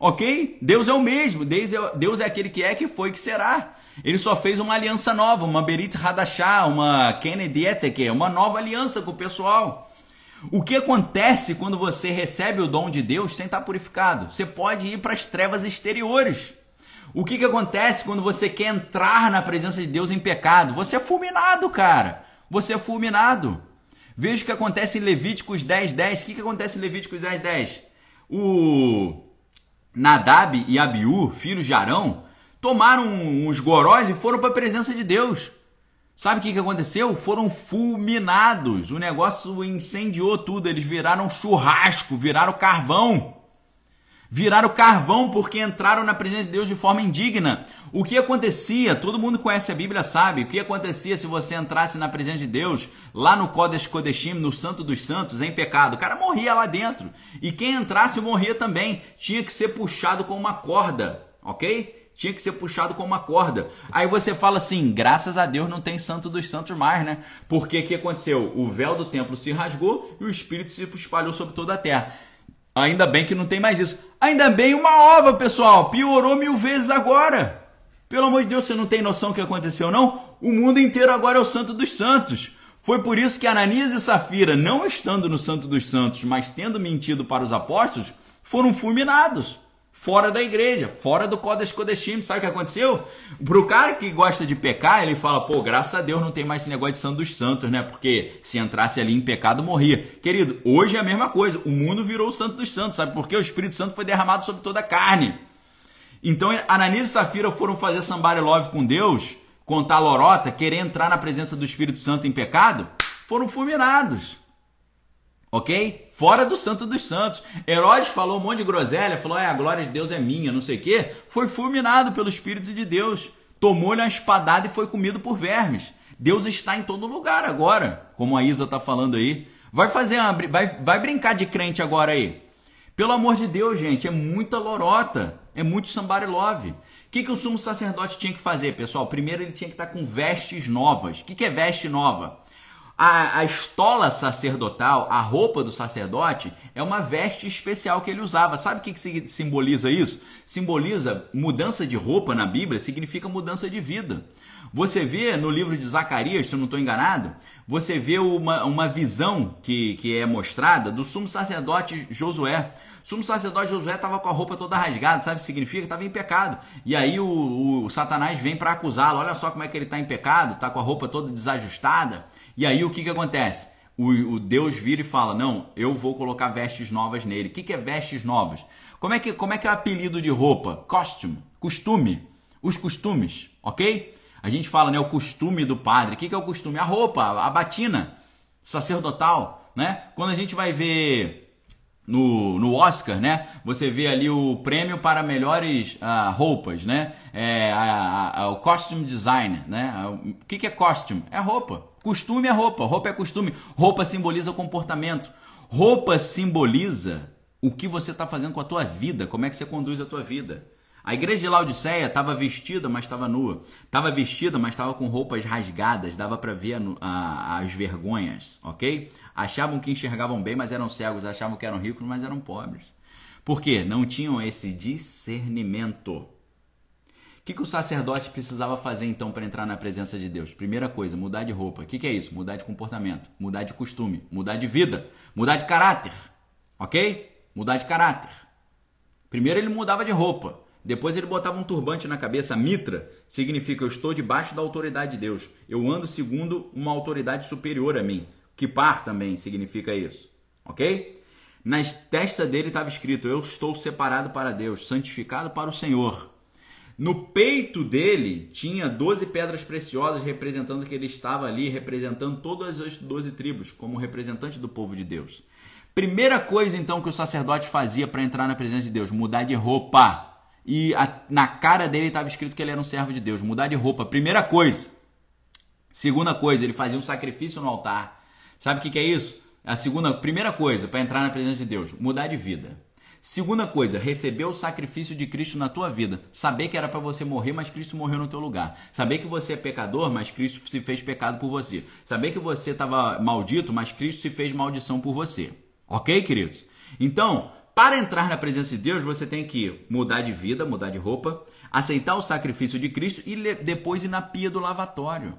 Ok? Deus é o mesmo. Deus é aquele que é, que foi, que será. Ele só fez uma aliança nova, uma Berit Hadashah, uma Kennedy Eteke, uma nova aliança com o pessoal. O que acontece quando você recebe o dom de Deus sem estar purificado? Você pode ir para as trevas exteriores. O que acontece quando você quer entrar na presença de Deus em pecado? Você é fulminado, cara. Você é fulminado. Veja o que acontece em Levíticos 10:10. O que acontece em Levíticos 10:10? O Nadab e Abiú, filhos de Arão, tomaram uns gorós e foram para a presença de Deus. Sabe o que aconteceu? Foram fulminados. O negócio incendiou tudo. Eles viraram churrasco, viraram carvão. Viraram carvão porque entraram na presença de Deus de forma indigna. O que acontecia, todo mundo conhece a Bíblia, sabe, o que acontecia se você entrasse na presença de Deus, lá no Kodesh Kodeshim, no Santo dos Santos, em pecado? O cara morria lá dentro. E quem entrasse morria também. Tinha que ser puxado com uma corda, ok? Tinha que ser puxado com uma corda. Aí você fala assim, graças a Deus não tem Santo dos Santos mais, né? Porque o que aconteceu? O véu do templo se rasgou e o Espírito se espalhou sobre toda a terra. Ainda bem que não tem mais isso. Ainda bem uma ova, pessoal. Piorou 1000 vezes agora. Pelo amor de Deus, você não tem noção do que aconteceu, não? O mundo inteiro agora é o Santo dos Santos. Foi por isso que Ananias e Safira, não estando no Santo dos Santos, mas tendo mentido para os apóstolos, foram fulminados. Fora da igreja, fora do Kodesh Kodeshim. Sabe o que aconteceu? Pro cara que gosta de pecar, ele fala, graças a Deus não tem mais esse negócio de Santo dos Santos, né? Porque se entrasse ali em pecado, morria. Querido, hoje é a mesma coisa. O mundo virou o Santo dos Santos, sabe por quê? O Espírito Santo foi derramado sobre toda a carne. Então, Ananias e Safira foram fazer somebody love com Deus, contar lorota, querer entrar na presença do Espírito Santo em pecado, foram fulminados. Ok? Fora do Santo dos Santos. Herodes falou um monte de groselha, falou, a glória de Deus é minha, não sei o quê. Foi fulminado pelo Espírito de Deus. Tomou-lhe uma espadada e foi comido por vermes. Deus está em todo lugar agora, como a Isa está falando aí. Vai brincar de crente agora aí. Pelo amor de Deus, gente, é muita lorota. É muito somebody love. O que o sumo sacerdote tinha que fazer, pessoal? Primeiro ele tinha que estar com vestes novas. O que é veste nova? A estola sacerdotal, a roupa do sacerdote, é uma veste especial que ele usava. Sabe o que simboliza isso? Simboliza mudança de roupa na Bíblia, significa mudança de vida. Você vê no livro de Zacarias, se eu não estou enganado, você vê uma visão que é mostrada do sumo sacerdote Josué. O sumo sacerdote Josué estava com a roupa toda rasgada, sabe o que significa? Estava em pecado. E aí o Satanás vem para acusá-lo. Olha só como é que ele está em pecado, está com a roupa toda desajustada. E aí o que acontece? o Deus vira e fala, não, eu vou colocar vestes novas nele. O que é vestes novas? Como é que é o apelido de roupa? Costume. Os costumes, ok? A gente fala, né, o costume do padre. O que é o costume? A roupa, a batina sacerdotal, né? Quando a gente vai ver no Oscar, né? Você vê ali o prêmio para melhores roupas, né? O costume design, né? O que é costume? É roupa. Costume é roupa. Roupa é costume. Roupa simboliza comportamento. Roupa simboliza o que você está fazendo com a tua vida, como é que você conduz a tua vida. A igreja de Laodiceia estava vestida, mas estava nua. Estava vestida, mas estava com roupas rasgadas. Dava para ver as vergonhas, ok? Achavam que enxergavam bem, mas eram cegos. Achavam que eram ricos, mas eram pobres. Por quê? Não tinham esse discernimento. O que o sacerdote precisava fazer, então, para entrar na presença de Deus? Primeira coisa, mudar de roupa. O que é isso? Mudar de comportamento, mudar de costume, mudar de vida, mudar de caráter, ok? Mudar de caráter. Primeiro ele mudava de roupa. Depois ele botava um turbante na cabeça. Mitra significa eu estou debaixo da autoridade de Deus. Eu ando segundo uma autoridade superior a mim. Kippar também significa isso. Ok? Na testa dele estava escrito, eu estou separado para Deus, santificado para o Senhor. No peito dele tinha 12 pedras preciosas representando que ele estava ali, representando todas as 12 tribos, como representante do povo de Deus. Primeira coisa então que o sacerdote fazia para entrar na presença de Deus, mudar de roupa. E na cara dele estava escrito que ele era um servo de Deus, mudar de roupa. Primeira coisa. Segunda coisa, ele fazia um sacrifício no altar. Sabe o que é isso? Primeira coisa, para entrar na presença de Deus, mudar de vida. Segunda coisa, receber o sacrifício de Cristo na tua vida. Saber que era para você morrer, mas Cristo morreu no teu lugar. Saber que você é pecador, mas Cristo se fez pecado por você. Saber que você estava maldito, mas Cristo se fez maldição por você. Ok, queridos? Então, para entrar na presença de Deus, você tem que mudar de vida, mudar de roupa, aceitar o sacrifício de Cristo e depois ir na pia do lavatório.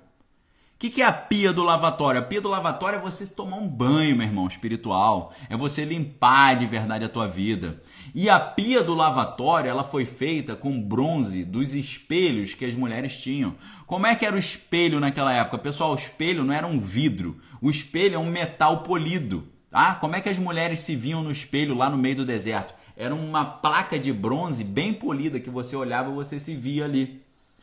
O que é a pia do lavatório? A pia do lavatório é você tomar um banho, meu irmão, espiritual. É você limpar de verdade a tua vida. E a pia do lavatório, ela foi feita com bronze dos espelhos que as mulheres tinham. Como é que era o espelho naquela época? Pessoal, o espelho não era um vidro. O espelho é um metal polido. Tá? Como é que as mulheres se viam no espelho lá no meio do deserto? Era uma placa de bronze bem polida que você olhava e você se via ali.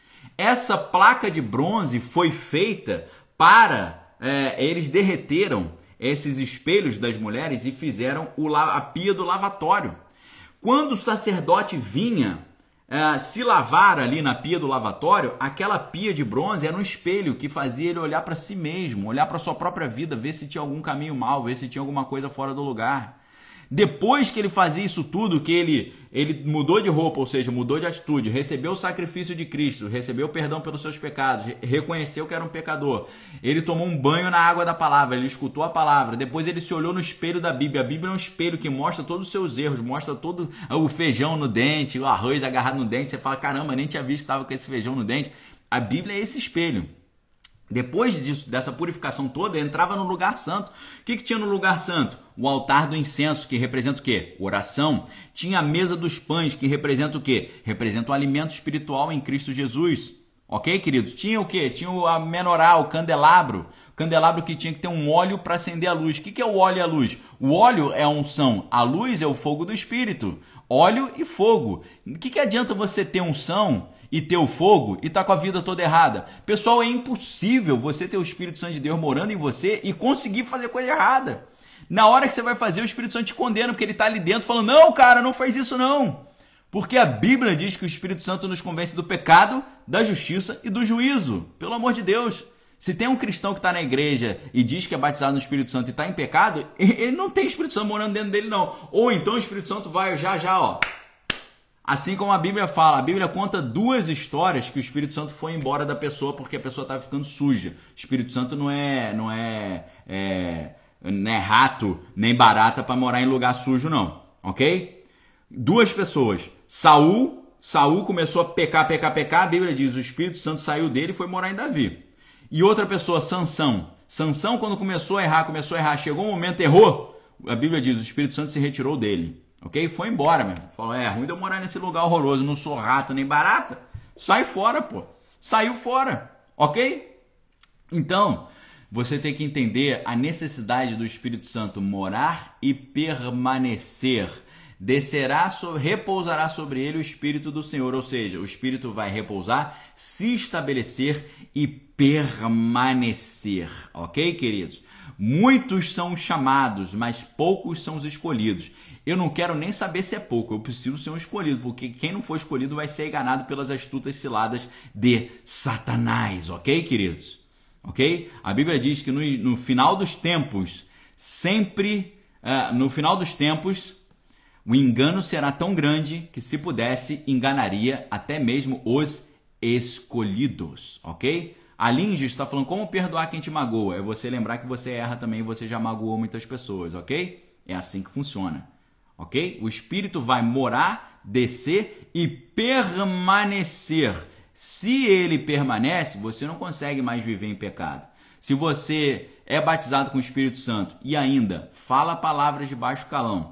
Essa placa de bronze foi feita para... eles derreteram esses espelhos das mulheres e fizeram a pia do lavatório. Quando o sacerdote vinha se lavar ali na pia do lavatório, aquela pia de bronze era um espelho que fazia ele olhar para si mesmo, olhar para sua própria vida, ver se tinha algum caminho mal, ver se tinha alguma coisa fora do lugar. Depois que ele fazia isso tudo, que ele mudou de roupa, ou seja, mudou de atitude, recebeu o sacrifício de Cristo, recebeu o perdão pelos seus pecados, reconheceu que era um pecador, ele tomou um banho na água da palavra, ele escutou a palavra, depois ele se olhou no espelho da Bíblia. A Bíblia é um espelho que mostra todos os seus erros, mostra todo o feijão no dente, o arroz agarrado no dente, você fala, caramba, nem tinha visto que estava com esse feijão no dente. A Bíblia é esse espelho. Depois disso, dessa purificação toda, entrava no lugar santo. O que tinha no lugar santo? O altar do incenso, que representa o quê? Oração. Tinha a mesa dos pães, que representa o quê? Representa o alimento espiritual em Cristo Jesus. Ok, queridos? Tinha o quê? Tinha a menorá, o candelabro. O candelabro que tinha que ter um óleo para acender a luz. O que é o óleo e a luz? O óleo é a unção, a luz é o fogo do Espírito. Óleo e fogo. O que adianta você ter unção e ter o fogo e tá com a vida toda errada? Pessoal, é impossível você ter o Espírito Santo de Deus morando em você e conseguir fazer coisa errada. Na hora que você vai fazer, o Espírito Santo te condena, porque ele tá ali dentro falando, não, cara, não faz isso não. Porque a Bíblia diz que o Espírito Santo nos convence do pecado, da justiça e do juízo. Pelo amor de Deus. Se tem um cristão que está na igreja e diz que é batizado no Espírito Santo e está em pecado, ele não tem Espírito Santo morando dentro dele não. Ou então o Espírito Santo vai já, ó. Assim como a Bíblia fala, a Bíblia conta duas histórias que o Espírito Santo foi embora da pessoa porque a pessoa estava ficando suja. O Espírito Santo não é rato nem barata para morar em lugar sujo não, ok? Duas pessoas. Saul começou a pecar, a Bíblia diz, o Espírito Santo saiu dele e foi morar em Davi. E outra pessoa, Sansão, quando começou a errar, chegou um momento, errou, a Bíblia diz, o Espírito Santo se retirou dele. Ok? Foi embora, meu. Falou, é ruim de eu morar nesse lugar horroroso, não sou rato nem barata. Sai fora, pô. Saiu fora. Ok? Então, você tem que entender a necessidade do Espírito Santo morar e permanecer. Repousará sobre ele o Espírito do Senhor, ou seja, o Espírito vai repousar, se estabelecer e permanecer, ok, queridos? Muitos são os chamados, mas poucos são os escolhidos. Eu não quero nem saber se é pouco, eu preciso ser um escolhido, porque quem não for escolhido vai ser enganado pelas astutas ciladas de Satanás, ok, queridos? Ok? A Bíblia diz que no final dos tempos, no final dos tempos, o engano será tão grande que, se pudesse, enganaria até mesmo os escolhidos, ok? A Linge está falando como perdoar quem te magoa. É você lembrar que você erra também e você já magoou muitas pessoas, ok? É assim que funciona, ok? O Espírito vai morar, descer e permanecer. Se ele permanece, você não consegue mais viver em pecado. Se você é batizado com o Espírito Santo e ainda fala palavras de baixo calão,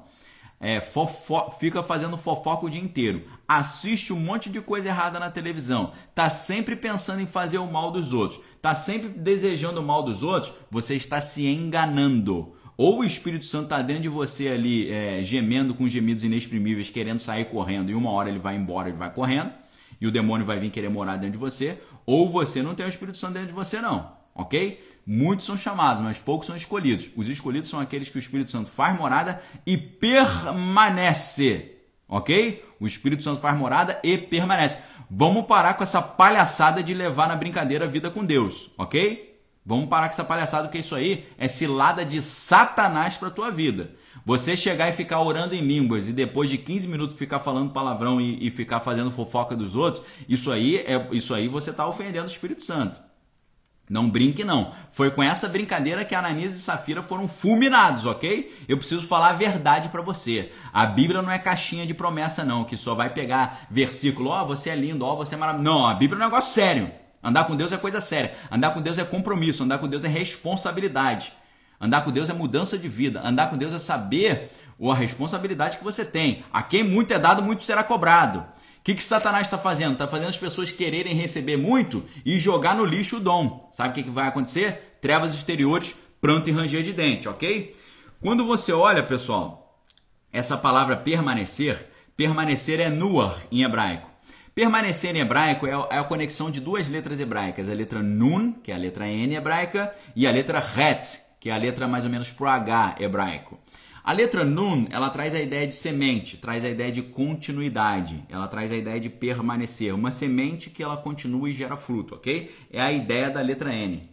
fica fazendo fofoca o dia inteiro, assiste um monte de coisa errada na televisão, tá sempre pensando em fazer o mal dos outros, tá sempre desejando o mal dos outros, você está se enganando. Ou o Espírito Santo está dentro de você ali, gemendo com gemidos inexprimíveis, querendo sair correndo, e uma hora ele vai embora, ele vai correndo, e o demônio vai vir querer morar dentro de você, ou você não tem o Espírito Santo dentro de você não, ok? Muitos são chamados, mas poucos são escolhidos. Os escolhidos são aqueles que o Espírito Santo faz morada e permanece, ok? O Espírito Santo faz morada e permanece. Vamos parar com essa palhaçada de levar na brincadeira a vida com Deus, ok? Vamos parar com essa palhaçada, porque isso aí é cilada de Satanás para a tua vida. Você chegar e ficar orando em línguas e depois de 15 minutos ficar falando palavrão e ficar fazendo fofoca dos outros, isso aí você está ofendendo o Espírito Santo. Não brinque não. Foi com essa brincadeira que Ananias e Safira foram fulminados, ok? Eu preciso falar a verdade para você. A Bíblia não é caixinha de promessa não, que só vai pegar versículo, você é lindo, você é maravilhoso. Não, a Bíblia é um negócio sério. Andar com Deus é coisa séria. Andar com Deus é compromisso. Andar com Deus é responsabilidade. Andar com Deus é mudança de vida. Andar com Deus é saber a responsabilidade que você tem. A quem muito é dado, muito será cobrado. O que Satanás está fazendo? Está fazendo as pessoas quererem receber muito e jogar no lixo o dom. Sabe o que vai acontecer? Trevas exteriores, pranto e ranger de dente, ok? Quando você olha, pessoal, essa palavra permanecer é nuar em hebraico. Permanecer em hebraico é a conexão de duas letras hebraicas. A letra nun, que é a letra N hebraica, e a letra het, que é a letra mais ou menos pro H hebraico. A letra nun, ela traz a ideia de semente, traz a ideia de continuidade, ela traz a ideia de permanecer, uma semente que ela continua e gera fruto, ok? É a ideia da letra N.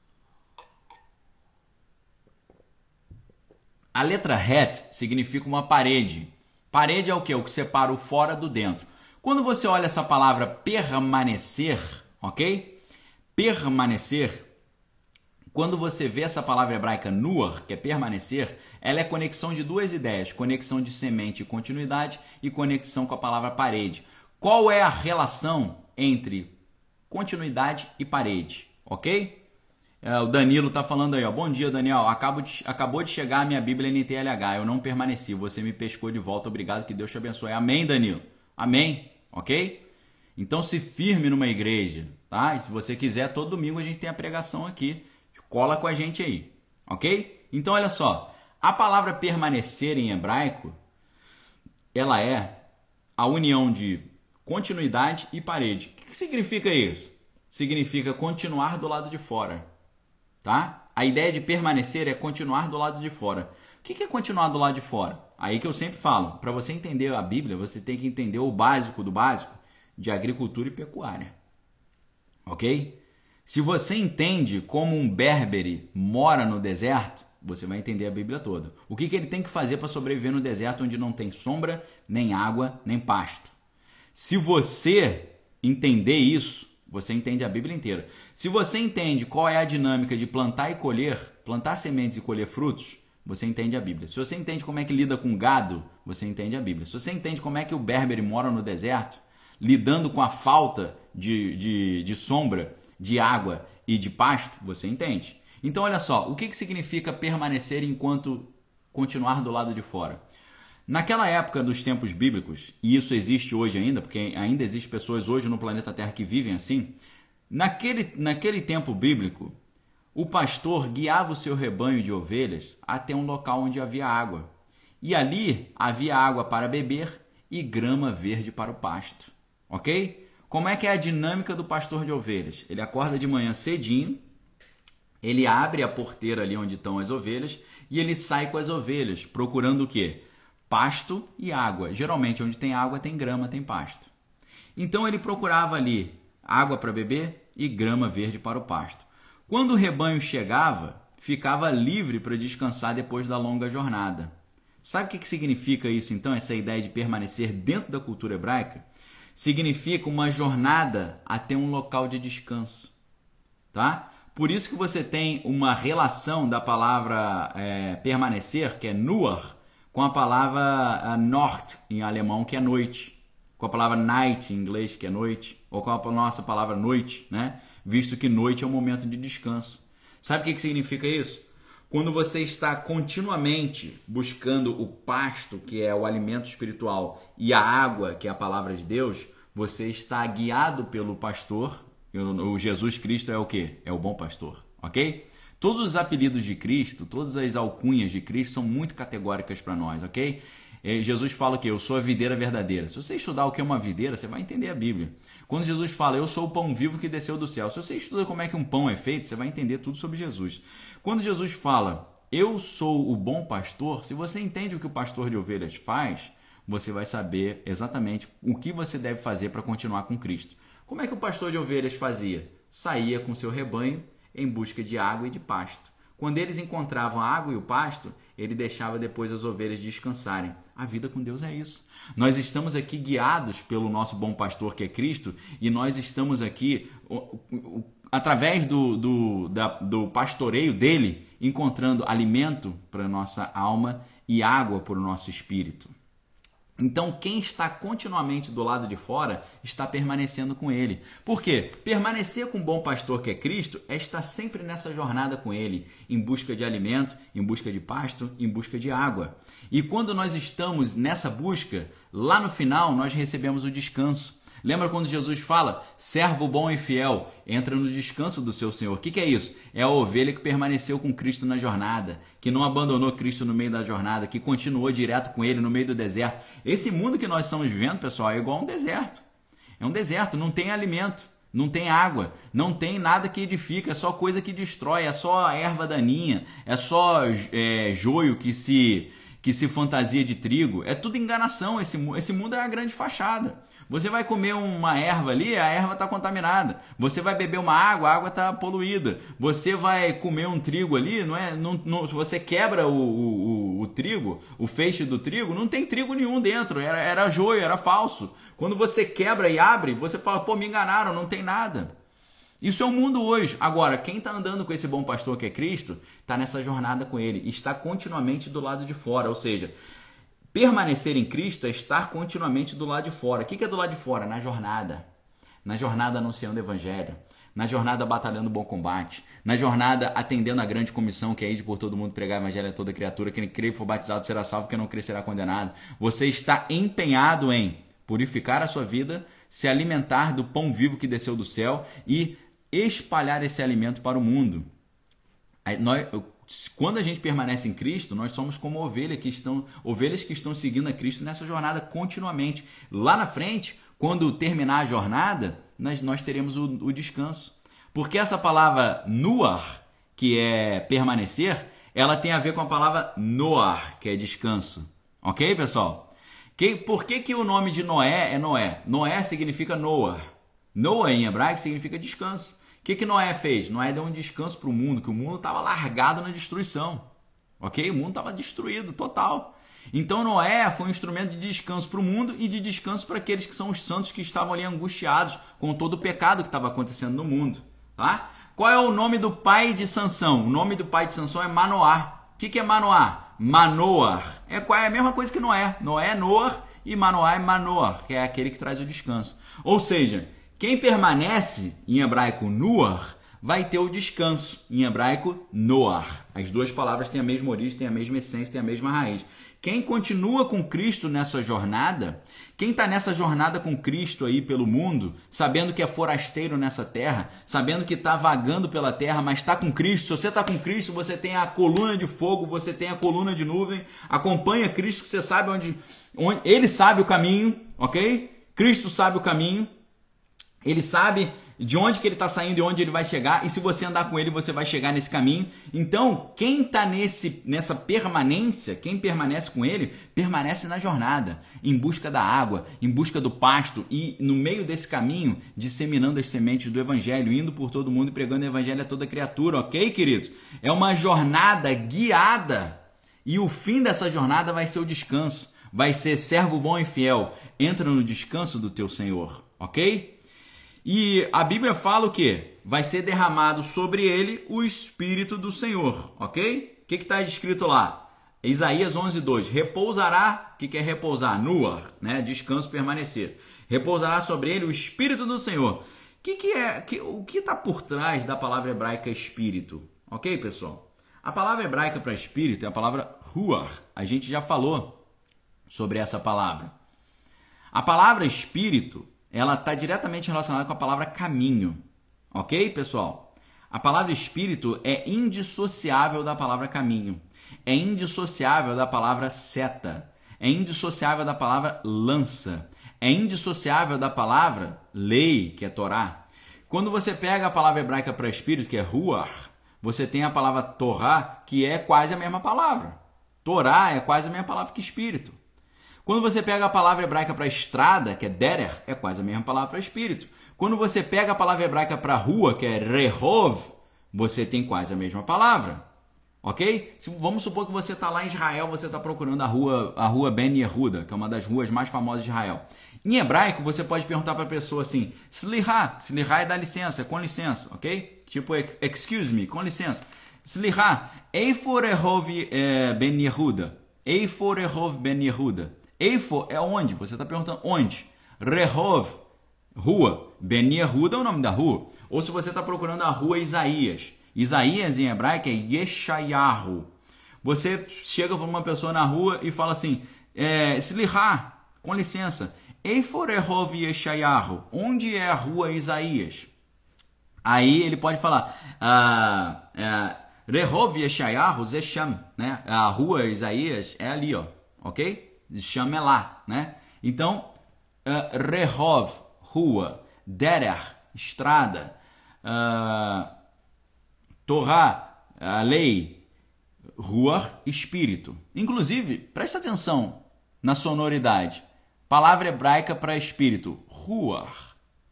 A letra het significa uma parede. Parede é o quê? O que separa o fora do dentro. Quando você olha essa palavra permanecer, ok? Permanecer, quando você vê essa palavra hebraica nuar, que é permanecer, ela é conexão de duas ideias, conexão de semente e continuidade e conexão com a palavra parede. Qual é a relação entre continuidade e parede, ok? O Danilo está falando aí, bom dia, Daniel, acabou de chegar a minha Bíblia NTLH, eu não permaneci, você me pescou de volta, obrigado, que Deus te abençoe. Amém, Danilo? Amém, ok? Então se firme numa igreja, tá? E se você quiser, todo domingo a gente tem a pregação aqui. Cola com a gente aí, ok? Então, olha só, a palavra permanecer em hebraico, ela é a união de continuidade e parede. O que significa isso? Significa continuar do lado de fora, tá? A ideia de permanecer é continuar do lado de fora. O que é continuar do lado de fora? Aí que eu sempre falo, para você entender a Bíblia, você tem que entender o básico do básico de agricultura e pecuária, ok? Se você entende como um berbere mora no deserto, você vai entender a Bíblia toda. O que ele tem que fazer para sobreviver no deserto onde não tem sombra, nem água, nem pasto? Se você entender isso, você entende a Bíblia inteira. Se você entende qual é a dinâmica de plantar e colher, plantar sementes e colher frutos, você entende a Bíblia. Se você entende como é que lida com gado, você entende a Bíblia. Se você entende como é que o berbere mora no deserto, lidando com a falta de sombra, de água e de pasto, você entende. Então, olha só, o que significa permanecer enquanto continuar do lado de fora? Naquela época dos tempos bíblicos, e isso existe hoje ainda, porque ainda existem pessoas hoje no planeta Terra que vivem assim, naquele tempo bíblico, o pastor guiava o seu rebanho de ovelhas até um local onde havia água. E ali havia água para beber e grama verde para o pasto. Ok? Como é que é a dinâmica do pastor de ovelhas? Ele acorda de manhã cedinho, ele abre a porteira ali onde estão as ovelhas e ele sai com as ovelhas, procurando o quê? Pasto e água. Geralmente onde tem água tem grama, tem pasto. Então ele procurava ali água para beber e grama verde para o pasto. Quando o rebanho chegava, ficava livre para descansar depois da longa jornada. Sabe o que significa isso então, essa ideia de permanecer dentro da cultura hebraica? Significa uma jornada até um local de descanso. Tá? Por isso que você tem uma relação da palavra permanecer, que é nuar, com a palavra Nacht em alemão, que é noite. Com a palavra night em inglês, que é noite. Ou com a nossa palavra noite, né? Visto que noite é um momento de descanso. Sabe o que significa isso? Quando você está continuamente buscando o pasto, que é o alimento espiritual, e a água, que é a palavra de Deus, você está guiado pelo pastor. O Jesus Cristo é o quê? É o bom pastor, ok? Todos os apelidos de Cristo, todas as alcunhas de Cristo são muito categóricas para nós, ok? Jesus fala que eu sou a videira verdadeira. Se você estudar o que é uma videira, você vai entender a Bíblia. Quando Jesus fala, eu sou o pão vivo que desceu do céu. Se você estuda como é que um pão é feito, você vai entender tudo sobre Jesus. Quando Jesus fala, eu sou o bom pastor, se você entende o que o pastor de ovelhas faz, você vai saber exatamente o que você deve fazer para continuar com Cristo. Como é que o pastor de ovelhas fazia? Saía com seu rebanho em busca de água e de pasto. Quando eles encontravam a água e o pasto, ele deixava depois as ovelhas descansarem. A vida com Deus é isso. Nós estamos aqui guiados pelo nosso bom pastor que é Cristo e nós estamos aqui, através do pastoreio dele, encontrando alimento para a nossa alma e água para o nosso espírito. Então, quem está continuamente do lado de fora está permanecendo com ele. Por quê? Permanecer com o bom pastor que é Cristo é estar sempre nessa jornada com ele, em busca de alimento, em busca de pasto, em busca de água. E quando nós estamos nessa busca, lá no final nós recebemos o descanso. Lembra quando Jesus fala, servo bom e fiel, entra no descanso do seu Senhor. O que é isso? É a ovelha que permaneceu com Cristo na jornada, que não abandonou Cristo no meio da jornada, que continuou direto com ele no meio do deserto. Esse mundo que nós estamos vivendo, pessoal, é igual a um deserto. É um deserto, não tem alimento, não tem água, não tem nada que edifica, é só coisa que destrói, é só erva daninha, é só joio que se fantasia de trigo. É tudo enganação, esse mundo é a grande fachada. Você vai comer uma erva ali, a erva está contaminada. Você vai beber uma água, a água está poluída. Você vai comer um trigo ali, se você quebra o trigo, o feixe do trigo, não tem trigo nenhum dentro, era joio, era falso. Quando você quebra e abre, você fala, pô, me enganaram, não tem nada. Isso é o mundo hoje. Agora, quem está andando com esse bom pastor que é Cristo, está nessa jornada com ele, está continuamente do lado de fora, ou seja, permanecer em Cristo é estar continuamente do lado de fora. O que é do lado de fora? Na jornada. Na jornada anunciando o Evangelho. Na jornada batalhando o bom combate. Na jornada atendendo a grande comissão que é ir por todo mundo pregar o Evangelho a toda criatura. Quem crer e for batizado será salvo, quem não crer será condenado. Você está empenhado em purificar a sua vida, se alimentar do pão vivo que desceu do céu e espalhar esse alimento para o mundo. Quando a gente permanece em Cristo, nós somos como ovelhas que estão seguindo a Cristo nessa jornada continuamente. Lá na frente, quando terminar a jornada, nós teremos o descanso. Porque essa palavra nuar, que é permanecer, ela tem a ver com a palavra noar, que é descanso. Ok, pessoal? Por que o nome de Noé é Noé? Noé significa Noah. Noah em hebraico significa descanso. O que Noé fez? Noé deu um descanso para o mundo, que o mundo estava largado na destruição. Ok? O mundo estava destruído, total. Então Noé foi um instrumento de descanso para o mundo e de descanso para aqueles que são os santos que estavam ali angustiados com todo o pecado que estava acontecendo no mundo. Tá? Qual é o nome do pai de Sansão? O nome do pai de Sansão é Manoá. O que é Manoá? Manoar. É a mesma coisa que Noé. Noé é Noar e Manoá é Manoar, que é aquele que traz o descanso. Ou seja, quem permanece, em hebraico, Nuar, vai ter o descanso. Em hebraico, Noar. As duas palavras têm a mesma origem, têm a mesma essência, têm a mesma raiz. Quem continua com Cristo nessa jornada, quem está nessa jornada com Cristo aí pelo mundo, sabendo que é forasteiro nessa terra, sabendo que está vagando pela terra, mas está com Cristo. Se você está com Cristo, você tem a coluna de fogo, você tem a coluna de nuvem, acompanha Cristo, que você sabe onde ele sabe o caminho, ok? Cristo sabe o caminho, ele sabe de onde que ele está saindo e onde ele vai chegar, e se você andar com ele, você vai chegar nesse caminho. Então, quem está nessa permanência, quem permanece com ele, permanece na jornada, em busca da água, em busca do pasto, e no meio desse caminho, disseminando as sementes do evangelho, indo por todo mundo e pregando o evangelho a toda criatura, ok, queridos? É uma jornada guiada, e o fim dessa jornada vai ser o descanso, vai ser servo bom e fiel, entra no descanso do teu Senhor, ok? E a Bíblia fala o quê? Vai ser derramado sobre ele o Espírito do Senhor, ok? O que está escrito lá? Isaías 11:2. Repousará, o que é repousar? Nuar, né? Descanso, permanecer. Repousará sobre ele o Espírito do Senhor. O que está por trás da palavra hebraica Espírito? Ok, pessoal? A palavra hebraica para Espírito é a palavra Ruach. A gente já falou sobre essa palavra. A palavra Espírito, ela está diretamente relacionada com a palavra caminho, ok, pessoal? A palavra espírito é indissociável da palavra caminho, é indissociável da palavra seta, é indissociável da palavra lança, é indissociável da palavra lei, que é Torá. Quando você pega a palavra hebraica para espírito, que é ruach, você tem a palavra Torá, que é quase a mesma palavra. Torá é quase a mesma palavra que espírito. Quando você pega a palavra hebraica para estrada, que é derer, é quase a mesma palavra para espírito. Quando você pega a palavra hebraica para rua, que é rehov, você tem quase a mesma palavra. Ok? Vamos supor que você está lá em Israel, você está procurando a rua Ben Yehuda, que é uma das ruas mais famosas de Israel. Em hebraico, você pode perguntar para a pessoa assim, Sliha, Sliha é dar licença, com licença, ok? Tipo, excuse me, com licença. Sliha, Eifo rehov Ben Yehuda. Eifo rehov Ben Yehuda. Eifo é onde? Você está perguntando onde? Rehov, rua. Ben Yehuda é o nome da rua. Ou se você está procurando a rua Isaías. Isaías em hebraico é Yeshayahu. Você chega para uma pessoa na rua e fala assim, Sliha, com licença, Eifo Rehov Yeshayahu. Onde é a rua Isaías? Aí ele pode falar, Rehov Yeshayahu Zesham, né? A rua Isaías é ali, ó, ok? Chama é lá, né? Então, Rehov, rua, Derer, estrada, Torá, a lei, Ruach, espírito. Inclusive, presta atenção na sonoridade. Palavra hebraica para espírito, Ruach.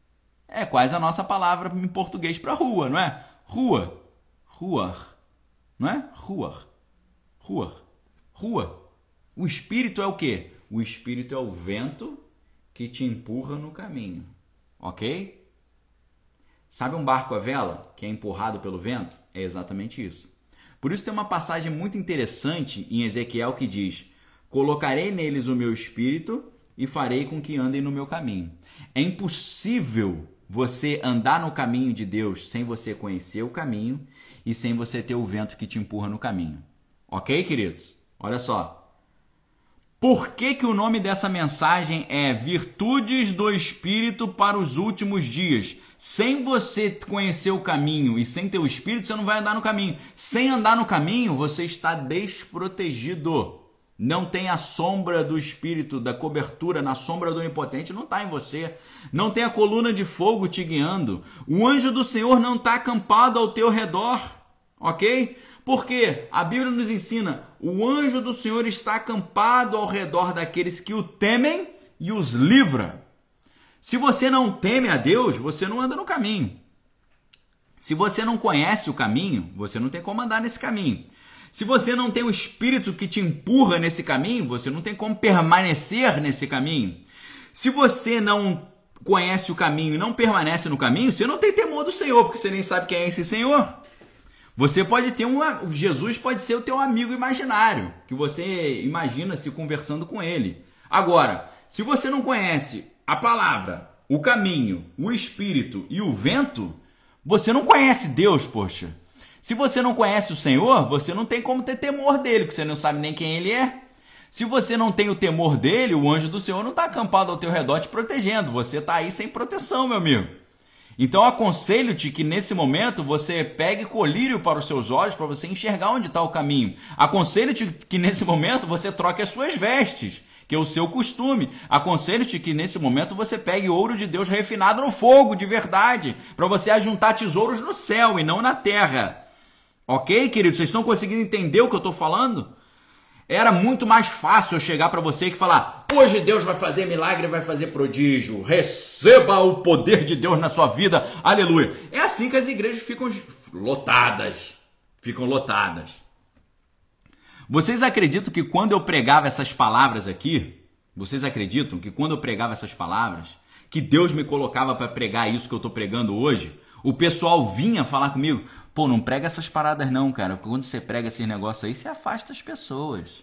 É quase a nossa palavra em português para rua, não é? Rua, Ruach, não é? Ruach, Ruach, rua. O espírito é o quê? O espírito é o vento que te empurra no caminho, ok? Sabe um barco à vela que é empurrado pelo vento? É exatamente isso. Por isso tem uma passagem muito interessante em Ezequiel que diz, colocarei neles o meu espírito e farei com que andem no meu caminho. É impossível você andar no caminho de Deus sem você conhecer o caminho e sem você ter o vento que te empurra no caminho. Ok, queridos? Olha só. Por que o nome dessa mensagem é Virtudes do Espírito para os Últimos Dias? Sem você conhecer o caminho e sem ter o Espírito, você não vai andar no caminho. Sem andar no caminho, você está desprotegido. Não tem a sombra do Espírito, da cobertura, na sombra do Onipotente, não está em você. Não tem a coluna de fogo te guiando. O anjo do Senhor não está acampado ao teu redor, ok? Porque a Bíblia nos ensina, o anjo do Senhor está acampado ao redor daqueles que o temem e os livra. Se você não teme a Deus, você não anda no caminho. Se você não conhece o caminho, você não tem como andar nesse caminho. Se você não tem o Espírito que te empurra nesse caminho, você não tem como permanecer nesse caminho. Se você não conhece o caminho e não permanece no caminho, você não tem temor do Senhor, porque você nem sabe quem é esse Senhor. Você pode ter Jesus pode ser o teu amigo imaginário, que você imagina se conversando com ele. Agora, se você não conhece a palavra, o caminho, o Espírito e o vento, Você não conhece Deus, poxa. Se você não conhece o Senhor, você não tem como ter temor dele, porque você não sabe nem quem ele é. Se você não tem o temor dele, o anjo do Senhor não está acampado ao teu redor te protegendo. Você está aí sem proteção, meu amigo. Então aconselho-te que nesse momento você pegue colírio para os seus olhos para você enxergar onde está o caminho. Aconselho-te que nesse momento você troque as suas vestes, que é o seu costume. Aconselho-te que nesse momento você pegue ouro de Deus refinado no fogo, de verdade, para você ajuntar tesouros no céu e não na terra. Ok, queridos? Vocês estão conseguindo entender o que eu estou falando? Era muito mais fácil eu chegar para você que falar: hoje Deus vai fazer milagre, vai fazer prodígio, receba o poder de Deus na sua vida, aleluia. É assim que as igrejas ficam lotadas, Vocês acreditam que quando eu pregava essas palavras aqui, que Deus me colocava para pregar isso que eu estou pregando hoje, o pessoal vinha falar comigo: pô, não prega essas paradas não, cara, porque quando você prega esses negócios aí, você afasta as pessoas.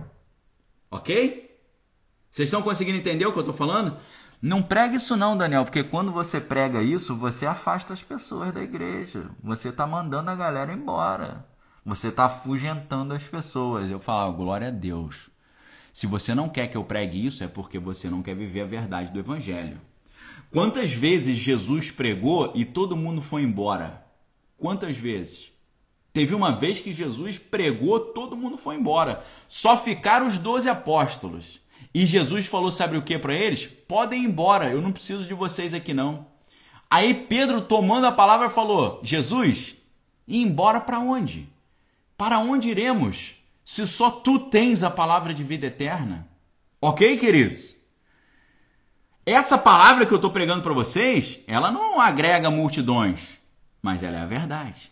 Ok? Vocês estão conseguindo entender o que eu estou falando? Não prega isso não, Daniel, porque quando você prega isso, você afasta as pessoas da igreja. Você está mandando a galera embora. Você está afugentando as pessoas. Eu falo: glória a Deus. Se você não quer que eu pregue isso, é porque você não quer viver a verdade do evangelho. Quantas vezes Jesus pregou e todo mundo foi embora? Quantas vezes? Teve uma vez que Jesus pregou, todo mundo foi embora. Só ficaram os 12 apóstolos. E Jesus falou, sabe o que para eles? Podem ir embora, eu não preciso de vocês aqui não. Aí Pedro, tomando a palavra, falou: Jesus, ir embora para onde? Para onde iremos? Se só tu tens a palavra de vida eterna. Ok, queridos? Essa palavra que eu estou pregando para vocês, ela não agrega multidões, mas ela é a verdade.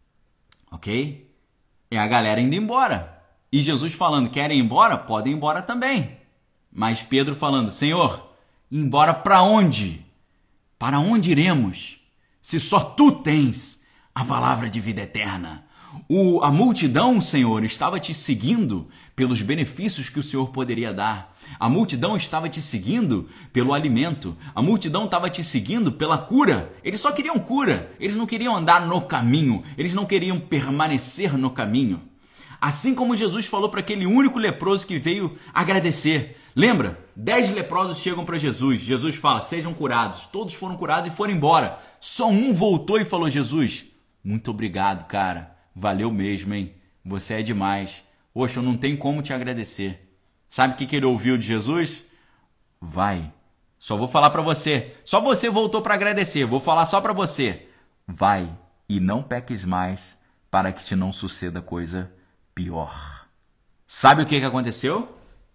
Ok? É a galera indo embora. E Jesus falando: querem ir embora? Podem ir embora também. Mas Pedro falando: Senhor, ir embora para onde? Para onde iremos? Se só tu tens a palavra de vida eterna. A multidão, Senhor, estava te seguindo pelos benefícios que o Senhor poderia dar. A multidão estava te seguindo pelo alimento. A multidão estava te seguindo pela cura. Eles só queriam cura. Eles não queriam andar no caminho. Eles não queriam permanecer no caminho. Assim como Jesus falou para aquele único leproso que veio agradecer. Lembra? 10 leprosos chegam para Jesus. Jesus fala: sejam curados. Todos foram curados e foram embora. Só um voltou e falou: Jesus, muito obrigado, cara. Valeu mesmo, hein? Você é demais. Poxa, eu não tenho como te agradecer. Sabe o que ele ouviu de Jesus? Vai. Só vou falar para você. Só você voltou para agradecer. Vou falar só para você. Vai e não peques mais, para que te não suceda coisa pior. Sabe o que aconteceu?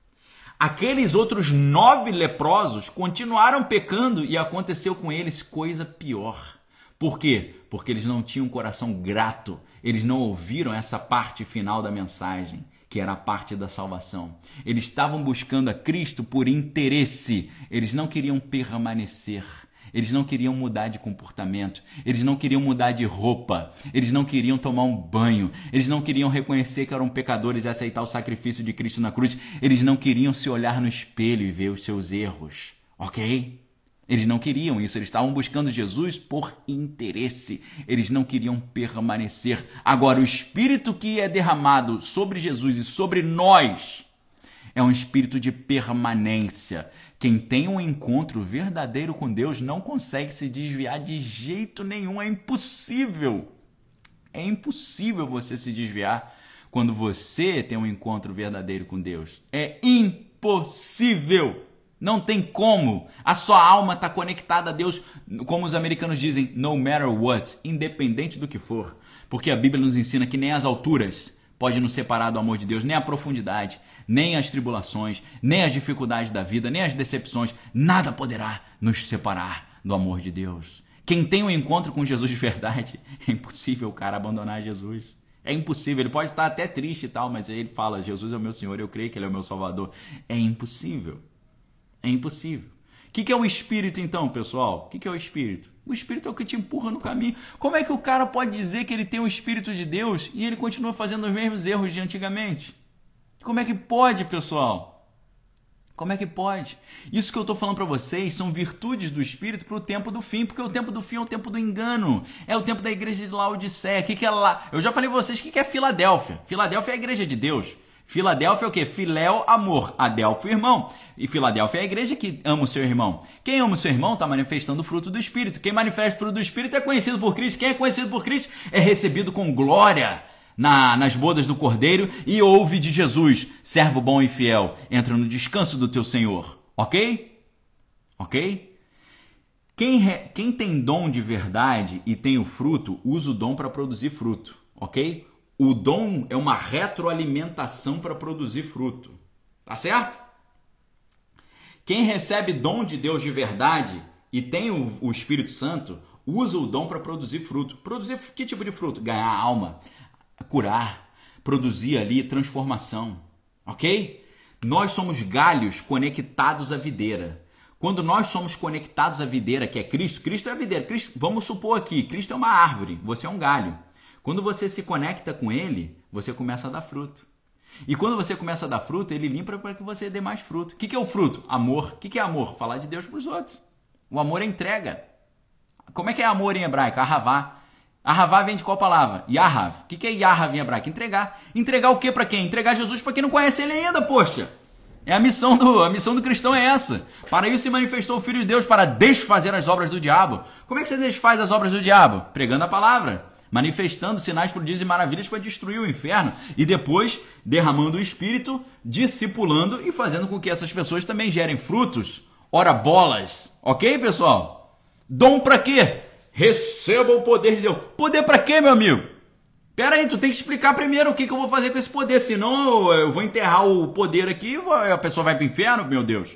Aqueles outros 9 leprosos continuaram pecando e aconteceu com eles coisa pior. Por quê? Porque eles não tinham um coração grato. Eles não ouviram essa parte final da mensagem, que era a parte da salvação. Eles estavam buscando a Cristo por interesse. Eles não queriam permanecer. Eles não queriam mudar de comportamento. Eles não queriam mudar de roupa. Eles não queriam tomar um banho. Eles não queriam reconhecer que eram pecadores e aceitar o sacrifício de Cristo na cruz. Eles não queriam se olhar no espelho e ver os seus erros. Ok? Eles não queriam isso, eles estavam buscando Jesus por interesse. Eles não queriam permanecer. Agora, o Espírito que é derramado sobre Jesus e sobre nós é um espírito de permanência. Quem tem um encontro verdadeiro com Deus não consegue se desviar de jeito nenhum. É impossível. É impossível você se desviar quando você tem um encontro verdadeiro com Deus. É impossível. Não tem como. A sua alma está conectada a Deus, como os americanos dizem, no matter what, independente do que for. Porque a Bíblia nos ensina que nem as alturas pode nos separar do amor de Deus, nem a profundidade, nem as tribulações, nem as dificuldades da vida, nem as decepções, nada poderá nos separar do amor de Deus. Quem tem um encontro com Jesus de verdade, é impossível o cara abandonar Jesus. É impossível. Ele pode estar até triste e tal, mas ele fala: Jesus é o meu Senhor, eu creio que Ele é o meu Salvador. É impossível. É impossível. O que é o Espírito então, pessoal? O que é o Espírito? O Espírito é o que te empurra no caminho. Como é que o cara pode dizer que ele tem o Espírito de Deus e ele continua fazendo os mesmos erros de antigamente? Como é que pode, pessoal? Como é que pode? Isso que eu estou falando para vocês são virtudes do Espírito para o tempo do fim, porque o tempo do fim é o tempo do engano. É o tempo da igreja de Laodiceia. O que é lá? Eu já falei para vocês o que é Filadélfia. Filadélfia é a igreja de Deus. Filadélfia é o quê? Filéu, amor. Adelfo, irmão. E Filadélfia é a igreja que ama o seu irmão. Quem ama o seu irmão está manifestando o fruto do Espírito. Quem manifesta o fruto do Espírito é conhecido por Cristo. Quem é conhecido por Cristo é recebido com glória nas bodas do Cordeiro e ouve de Jesus, servo bom e fiel, entra no descanso do teu Senhor. Ok? Ok? Quem tem dom de verdade e tem o fruto, usa o dom para produzir fruto. Ok? O dom é uma retroalimentação para produzir fruto. Tá certo? Quem recebe dom de Deus de verdade e tem o Espírito Santo, usa o dom para produzir fruto. Produzir que tipo de fruto? Ganhar alma, curar, produzir ali transformação. Ok? Nós somos galhos conectados à videira. Quando nós somos conectados à videira, que é Cristo, Cristo é a videira. Cristo, vamos supor aqui, Cristo é uma árvore, você é um galho. Quando você se conecta com ele, você começa a dar fruto. E quando você começa a dar fruto, ele limpa para que você dê mais fruto. O que é o fruto? Amor. O que é amor? Falar de Deus para os outros. O amor é entrega. Como é que é amor em hebraico? Ahavá. Ahavá vem de qual palavra? Yahav. O que é Yahav em hebraico? Entregar. Entregar o que para quem? Entregar Jesus para quem não conhece ele ainda, poxa. A missão do cristão é essa. Para isso se manifestou o Filho de Deus, para desfazer as obras do diabo. Como é que você desfaz as obras do diabo? Pregando a palavra. Manifestando sinais, prodígios e maravilhas para destruir o inferno e depois derramando o Espírito, discipulando e fazendo com que essas pessoas também gerem frutos. Ora bolas, ok, pessoal? Dom para quê? Receba o poder de Deus. Poder para quê, meu amigo? Pera aí, tu tem que explicar primeiro o que eu vou fazer com esse poder, senão eu vou enterrar o poder aqui e a pessoa vai para o inferno, meu Deus.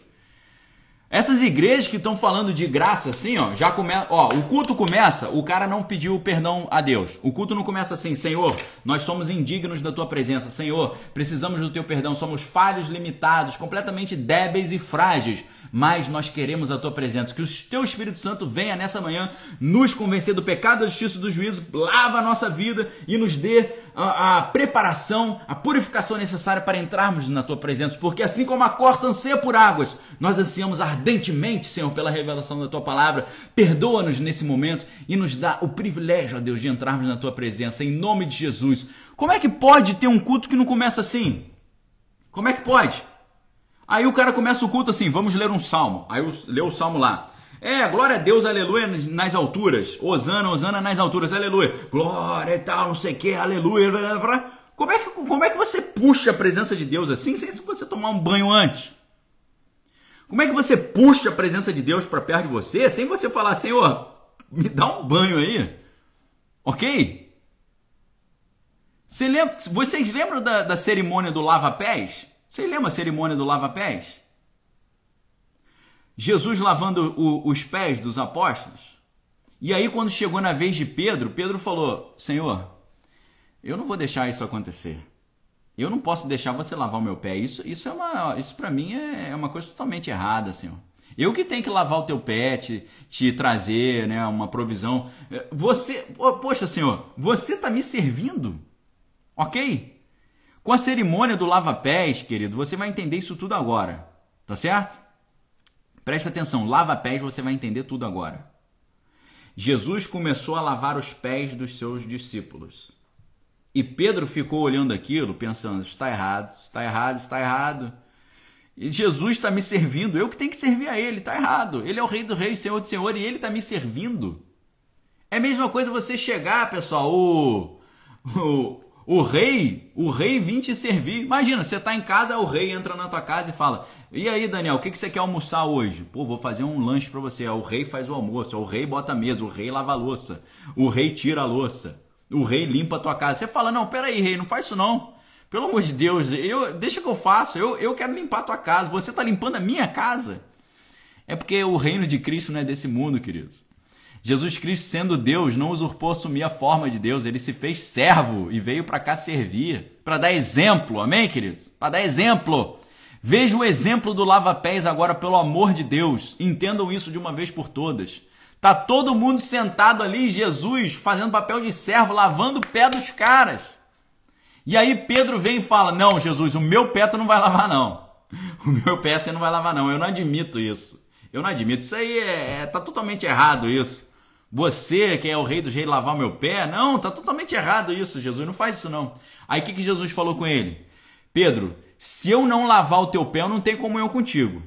Essas igrejas que estão falando de graça assim, ó, já começa, ó, o culto começa, o cara não pediu perdão a Deus. O culto não começa assim, Senhor, nós somos indignos da tua presença, Senhor, precisamos do teu perdão, somos falhos, limitados, completamente débeis e frágeis, mas nós queremos a tua presença, que o teu Espírito Santo venha nessa manhã nos convencer do pecado, da justiça e do juízo, lava a nossa vida e nos dê a preparação, a purificação necessária para entrarmos na tua presença, porque assim como a corça anseia por águas, nós ansiamos ardentemente, Senhor, pela revelação da tua palavra. Perdoa-nos nesse momento e nos dá o privilégio, ó Deus, de entrarmos na tua presença, em nome de Jesus. Como é que pode ter um culto que não começa assim? Como é que pode? Aí o cara começa o culto assim, vamos ler um salmo. Aí lê o salmo lá. Glória a Deus, aleluia, nas alturas. Hosana, hosana nas alturas, aleluia. Glória e tal, não sei o que, aleluia. Blá, blá, blá. Como é que você puxa a presença de Deus assim, sem você tomar um banho antes? Como é que você puxa a presença de Deus para perto de você, sem você falar, Senhor, me dá um banho aí? Ok? Vocês lembram da cerimônia do lava-pés? Vocês lembram a cerimônia do lava-pés? Jesus lavando os pés dos apóstolos. E aí quando chegou na vez de Pedro, Pedro falou, Senhor, eu não vou deixar isso acontecer. Eu não posso deixar você lavar o meu pé. Isso para mim é uma coisa totalmente errada, Senhor. Eu que tenho que lavar o teu pé, te trazer, né, uma provisão. Poxa, Senhor, você está me servindo? Ok? Com a cerimônia do lava-pés, querido, você vai entender isso tudo agora. Tá certo? Presta atenção, lava-pés, você vai entender tudo agora. Jesus começou a lavar os pés dos seus discípulos. E Pedro ficou olhando aquilo, pensando, está errado, está errado, está errado. E Jesus está me servindo, eu que tenho que servir a ele, está errado. Ele é o rei do rei, senhor do senhor, e ele está me servindo. É a mesma coisa você chegar, pessoal, o rei vir te servir. Imagina, você está em casa, o rei entra na tua casa e fala, e aí, Daniel, o que você quer almoçar hoje? Pô, vou fazer um lanche para você. O rei faz o almoço, o rei bota a mesa, o rei lava a louça, o rei tira a louça, o rei limpa a tua casa. Você fala, não, peraí, rei, não faz isso não. Pelo amor de Deus, deixa que eu faço, eu quero limpar a tua casa, você está limpando a minha casa. É porque o reino de Cristo não é desse mundo, queridos. Jesus Cristo, sendo Deus, não usurpou assumir a forma de Deus, ele se fez servo e veio para cá servir, para dar exemplo, amém, queridos? Para dar exemplo. Veja o exemplo do lava-pés agora, pelo amor de Deus, entendam isso de uma vez por todas. Tá todo mundo sentado ali, Jesus fazendo papel de servo, lavando o pé dos caras. E aí Pedro vem e fala, não, Jesus, o meu pé tu não vai lavar não. O meu pé você não vai lavar, não. Eu não admito isso. Eu não admito. Isso aí tá totalmente errado isso. Você, que é o rei dos reis, lavar o meu pé? Não, tá totalmente errado isso. Jesus não faz isso, não. Aí o que Jesus falou com ele? Pedro, se eu não lavar o teu pé, eu não tenho comunhão contigo.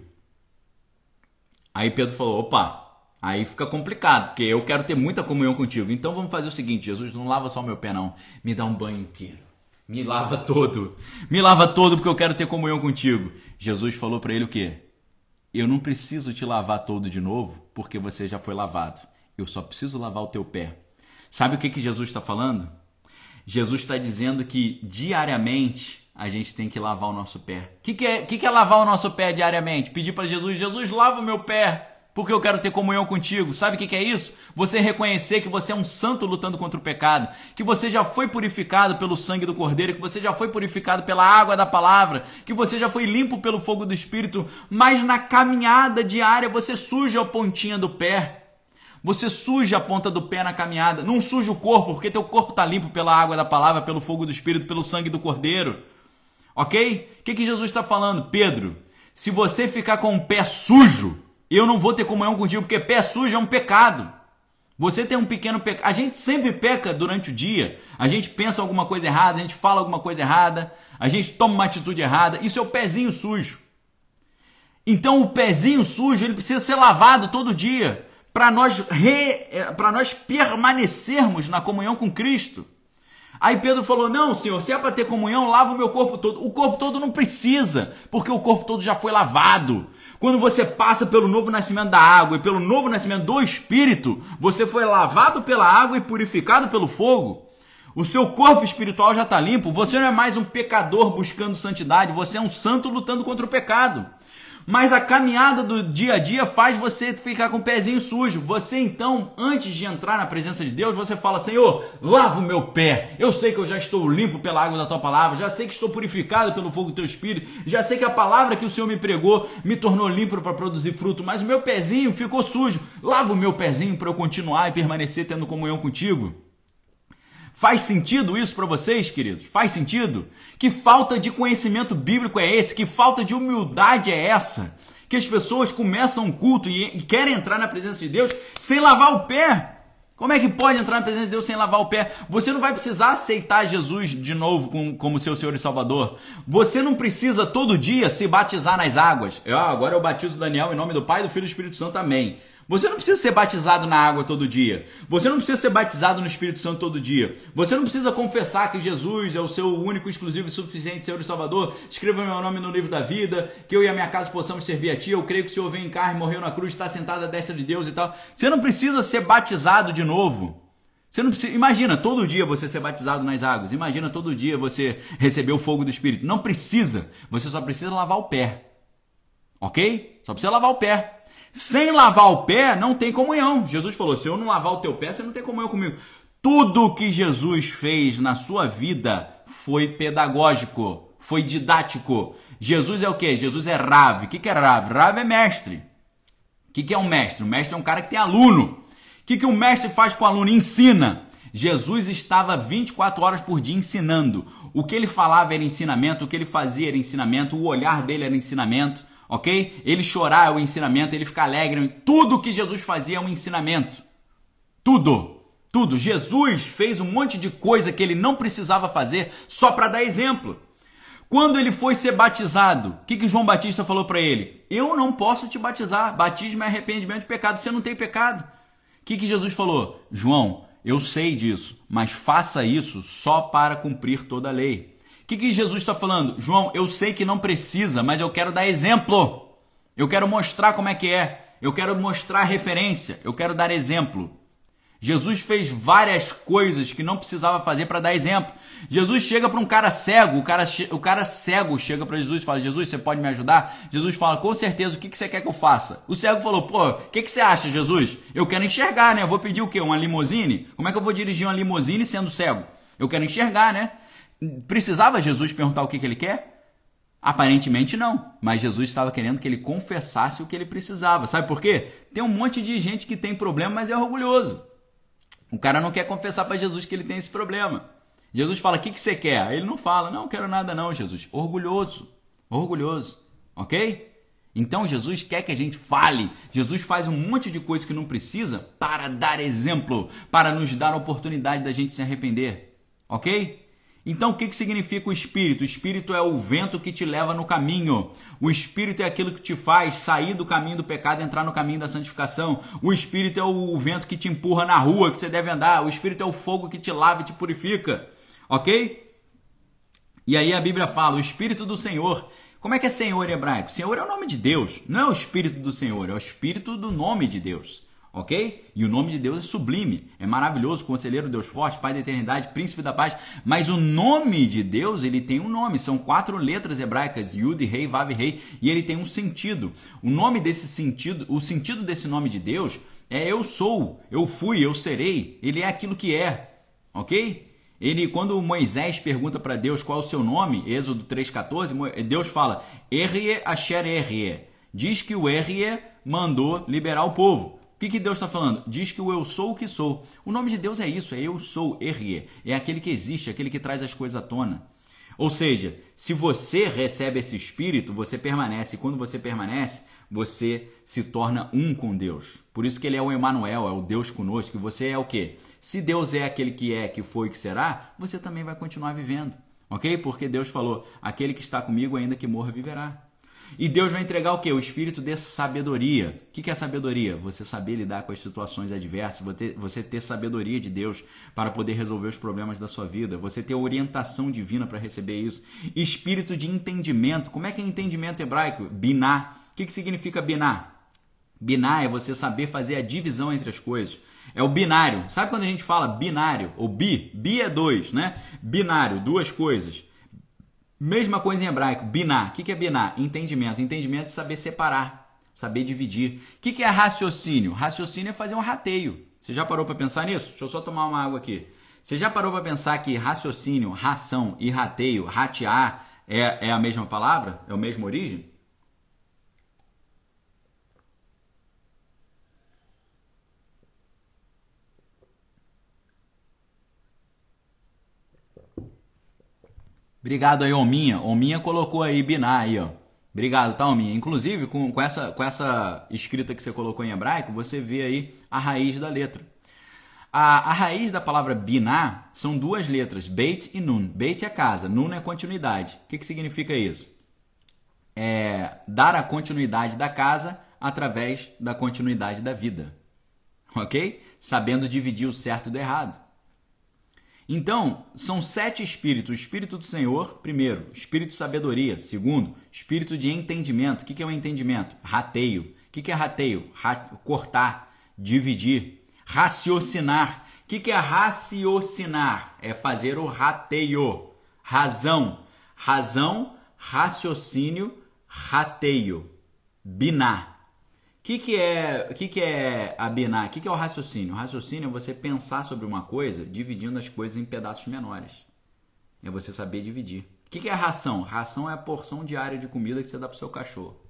Aí Pedro falou, opa, aí fica complicado, porque eu quero ter muita comunhão contigo. Então vamos fazer o seguinte, Jesus, não lava só o meu pé, não. Me dá um banho inteiro. Me lava todo. Me lava todo porque eu quero ter comunhão contigo. Jesus falou para ele o quê? Eu não preciso te lavar todo de novo, porque você já foi lavado. Eu só preciso lavar o teu pé. Sabe o que Jesus está falando? Jesus está dizendo que diariamente a gente tem que lavar o nosso pé. O que é lavar o nosso pé diariamente? Pedir para Jesus, Jesus, lava o meu pé, porque eu quero ter comunhão contigo. Sabe o que é isso? Você reconhecer que você é um santo lutando contra o pecado, que você já foi purificado pelo sangue do Cordeiro, que você já foi purificado pela água da palavra, que você já foi limpo pelo fogo do Espírito, mas na caminhada diária você suja a pontinha do pé. Você suja a ponta do pé na caminhada. Não suja o corpo, porque teu corpo está limpo pela água da palavra, pelo fogo do Espírito, pelo sangue do Cordeiro. Ok? O que Jesus está falando? Pedro, se você ficar com o pé sujo, eu não vou ter comunhão contigo, porque pé sujo é um pecado. Você tem um pequeno pecado. A gente sempre peca durante o dia. A gente pensa alguma coisa errada, a gente fala alguma coisa errada, a gente toma uma atitude errada. Isso é o pezinho sujo. Então o pezinho sujo ele precisa ser lavado todo dia para nós permanecermos na comunhão com Cristo. Aí Pedro falou, não, Senhor, se é para ter comunhão, lava o meu corpo todo. O corpo todo não precisa, porque o corpo todo já foi lavado. Quando você passa pelo novo nascimento da água e pelo novo nascimento do Espírito, você foi lavado pela água e purificado pelo fogo. O seu corpo espiritual já está limpo. Você não é mais um pecador buscando santidade, você é um santo lutando contra o pecado. Mas a caminhada do dia a dia faz você ficar com o pezinho sujo. Você então, antes de entrar na presença de Deus, você fala, Senhor, lava o meu pé. Eu sei que eu já estou limpo pela água da tua palavra, já sei que estou purificado pelo fogo do teu Espírito, já sei que a palavra que o Senhor me pregou me tornou limpo para produzir fruto, mas o meu pezinho ficou sujo. Lava o meu pezinho para eu continuar e permanecer tendo comunhão contigo. Faz sentido isso para vocês, queridos? Faz sentido? Que falta de conhecimento bíblico é esse? Que falta de humildade é essa? Que as pessoas começam um culto e querem entrar na presença de Deus sem lavar o pé. Como é que pode entrar na presença de Deus sem lavar o pé? Você não vai precisar aceitar Jesus de novo como seu Senhor e Salvador. Você não precisa todo dia se batizar nas águas. Agora eu batizo o Daniel em nome do Pai, do Filho e do Espírito Santo, amém. Você não precisa ser batizado na água todo dia. Você não precisa ser batizado no Espírito Santo todo dia. Você não precisa confessar que Jesus é o seu único, exclusivo e suficiente Senhor e Salvador. Escreva meu nome no livro da vida, que eu e a minha casa possamos servir a Ti. Eu creio que o Senhor veio em carne, morreu na cruz, está sentado à destra de Deus e tal. Você não precisa ser batizado de novo. Você não precisa. Imagina todo dia você ser batizado nas águas. Imagina todo dia você receber o fogo do Espírito. Não precisa. Você só precisa lavar o pé. Ok? Só precisa lavar o pé. Sem lavar o pé, não tem comunhão. Jesus falou, se eu não lavar o teu pé, você não tem comunhão comigo. Tudo que Jesus fez na sua vida foi pedagógico, foi didático. Jesus é o quê? Jesus é Rav. O que é Rav? Rav é mestre. O que é um mestre? Um mestre é um cara que tem aluno. O que um mestre faz com o aluno? Ensina. Jesus estava 24 horas por dia ensinando. O que ele falava era ensinamento, o que ele fazia era ensinamento, o olhar dele era ensinamento. Ok? Ele chorar é o ensinamento, ele ficar alegre. Tudo que Jesus fazia é um ensinamento. Tudo. Tudo. Jesus fez um monte de coisa que ele não precisava fazer só para dar exemplo. Quando ele foi ser batizado, o que João Batista falou para ele? Eu não posso te batizar. Batismo é arrependimento de pecado. Você não tem pecado. O que Jesus falou? João, eu sei disso, mas faça isso só para cumprir toda a lei. O que Jesus está falando? João, eu sei que não precisa, mas eu quero dar exemplo. Eu quero mostrar como é que é. Eu quero mostrar referência. Eu quero dar exemplo. Jesus fez várias coisas que não precisava fazer para dar exemplo. Jesus chega para um cara cego. O cara cego chega para Jesus e fala, Jesus, você pode me ajudar? Jesus fala, com certeza, o que você quer que eu faça? O cego falou, pô, o que você acha, Jesus? Eu quero enxergar, né? Eu vou pedir o quê? Uma limusine? Como é que eu vou dirigir uma limusine sendo cego? Eu quero enxergar, né? Precisava Jesus perguntar o que ele quer? Aparentemente não, mas Jesus estava querendo que ele confessasse o que ele precisava. Sabe por quê? Tem um monte de gente que tem problema, mas é orgulhoso. O cara não quer confessar para Jesus que ele tem esse problema. Jesus fala, o que você quer? Aí ele não fala, não quero nada não, Jesus. Orgulhoso, orgulhoso, ok? Então Jesus quer que a gente fale. Jesus faz um monte de coisa que não precisa para dar exemplo, para nos dar a oportunidade da gente se arrepender, ok? Então o que significa o Espírito? O Espírito é o vento que te leva no caminho. O Espírito é aquilo que te faz sair do caminho do pecado e entrar no caminho da santificação. O Espírito é o vento que te empurra na rua que você deve andar. O Espírito é o fogo que te lava e te purifica, ok? E aí a Bíblia fala, o Espírito do Senhor. Como é que é Senhor em hebraico? Senhor é o nome de Deus, não é o Espírito do Senhor, é o Espírito do nome de Deus, ok? E o nome de Deus é sublime, é maravilhoso, Conselheiro, Deus forte, Pai da eternidade, Príncipe da paz, mas o nome de Deus, ele tem um nome, são 4 letras hebraicas, Yud, Rei, Vav, Rei, e ele tem um sentido. O nome desse sentido, o sentido desse nome de Deus é eu sou, eu fui, eu serei, ele é aquilo que é, ok? Quando Moisés pergunta para Deus qual é o seu nome, Êxodo 3,14, Deus fala, Erie Asher Erie. Diz que o Erie mandou liberar o povo. O que Deus está falando? Diz que o eu sou o que sou. O nome de Deus é isso, é eu sou, Erie. É aquele que existe, aquele que traz as coisas à tona. Ou seja, se você recebe esse Espírito, você permanece. E quando você permanece, você se torna um com Deus. Por isso que ele é o Emanuel, é o Deus conosco. E você é o quê? Se Deus é aquele que é, que foi e que será, você também vai continuar vivendo. Ok? Porque Deus falou, aquele que está comigo, ainda que morra, viverá. E Deus vai entregar o quê? O espírito de sabedoria. O que é sabedoria? Você saber lidar com as situações adversas, você ter sabedoria de Deus para poder resolver os problemas da sua vida, você ter orientação divina para receber isso. Espírito de entendimento. Como é que é entendimento hebraico? Biná. O que significa biná? Biná é você saber fazer a divisão entre as coisas. É o binário. Sabe quando a gente fala binário? Ou bi? Bi é 2, né? Binário, 2 coisas. Mesma coisa em hebraico, biná. O que é biná? Entendimento. Entendimento é saber separar, saber dividir. O que é raciocínio? Raciocínio é fazer um rateio. Você já parou para pensar nisso? Deixa eu só tomar uma água aqui. Você já parou para pensar que raciocínio, ração e rateio, ratear, é a mesma palavra? É a mesma origem? Obrigado aí, Ominha. Ominha colocou aí biná aí, ó. Obrigado, tá, Ominha? Inclusive, com essa escrita que você colocou em hebraico, você vê aí a raiz da letra. A raiz da palavra biná são 2 letras, beit e nun. Beit é casa, nun é continuidade. O que significa isso? É dar a continuidade da casa através da continuidade da vida. Ok? Sabendo dividir o certo do errado. Então, são 7 espíritos. O Espírito do Senhor, primeiro. Espírito de sabedoria, segundo. Espírito de entendimento. O que é o entendimento? Rateio. O que é rateio? Cortar, dividir. Raciocinar. O que é raciocinar? É fazer o rateio. Razão. Razão, raciocínio, rateio. Biná. O que é a biná? O que é o raciocínio? O raciocínio é você pensar sobre uma coisa dividindo as coisas em pedaços menores. É você saber dividir. O que é a ração? Ração é a porção diária de comida que você dá para o seu cachorro.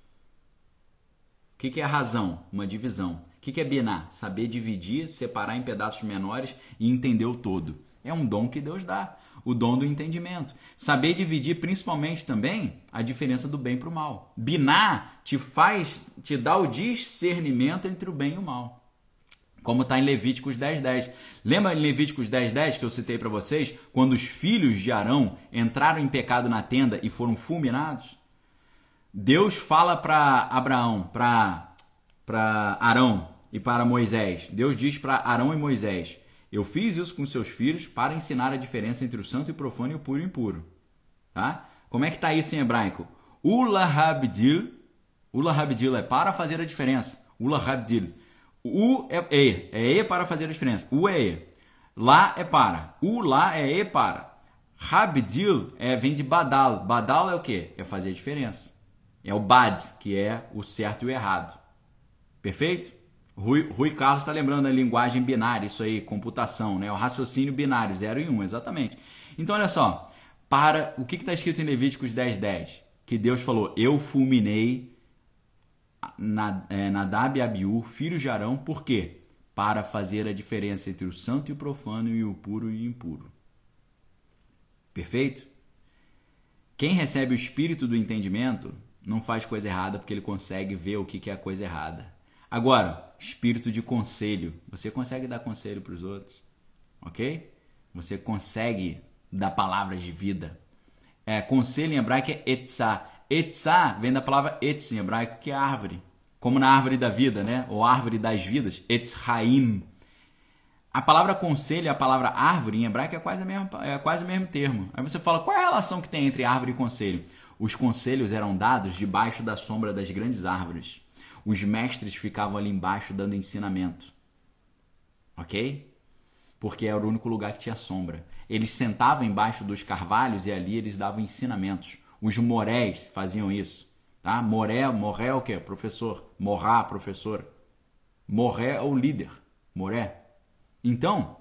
O que é a razão? Uma divisão. O que é biná? Saber dividir, separar em pedaços menores e entender o todo. É um dom que Deus dá. O dom do entendimento. Saber dividir principalmente também a diferença do bem para o mal. Biná te dá o discernimento entre o bem e o mal. Como está em Levíticos 10:10. Lembra em Levíticos 10:10 que eu citei para vocês? Quando os filhos de Arão entraram em pecado na tenda e foram fulminados? Deus fala para Abraão, para Arão e para Moisés. Deus diz para Arão e Moisés: eu fiz isso com seus filhos para ensinar a diferença entre o santo e o profano e o puro e o impuro. Tá? Como é que está isso em hebraico? Ula habdil. Ula habdil é para fazer a diferença. Ula habdil. U é e. É e para fazer a diferença. U é e. Lá é para. U lá é e para. Habdil vem de badal. Badal é o quê? É fazer a diferença. É o bad, que é o certo e o errado. Perfeito? Rui Carlos está lembrando da linguagem binária, isso aí, computação, né? O raciocínio binário, 0 e 1, exatamente. Então, olha só, o que está escrito em Levíticos 10:10? Que Deus falou, eu fulminei Nadab e Abiú, filhos de Arão, por quê? Para fazer a diferença entre o santo e o profano e o puro e o impuro. Perfeito? Quem recebe o espírito do entendimento não faz coisa errada porque ele consegue ver o que é a coisa errada. Agora, espírito de conselho. Você consegue dar conselho para os outros, ok? Você consegue dar palavras de vida. Conselho em hebraico é etzá. Etzá vem da palavra etz em hebraico, que é árvore. Como na árvore da vida, né? Ou árvore das vidas, etz haim. A palavra conselho e a palavra árvore em hebraico é quase o mesmo termo. Aí você fala, qual é a relação que tem entre árvore e conselho? Os conselhos eram dados debaixo da sombra das grandes árvores. Os mestres ficavam ali embaixo dando ensinamento. Ok? Porque era o único lugar que tinha sombra. Eles sentavam embaixo dos carvalhos e ali eles davam ensinamentos. Os morés faziam isso. Tá? Moré é o quê? Professor. Morá, professor. Moré é o líder. Moré. Então,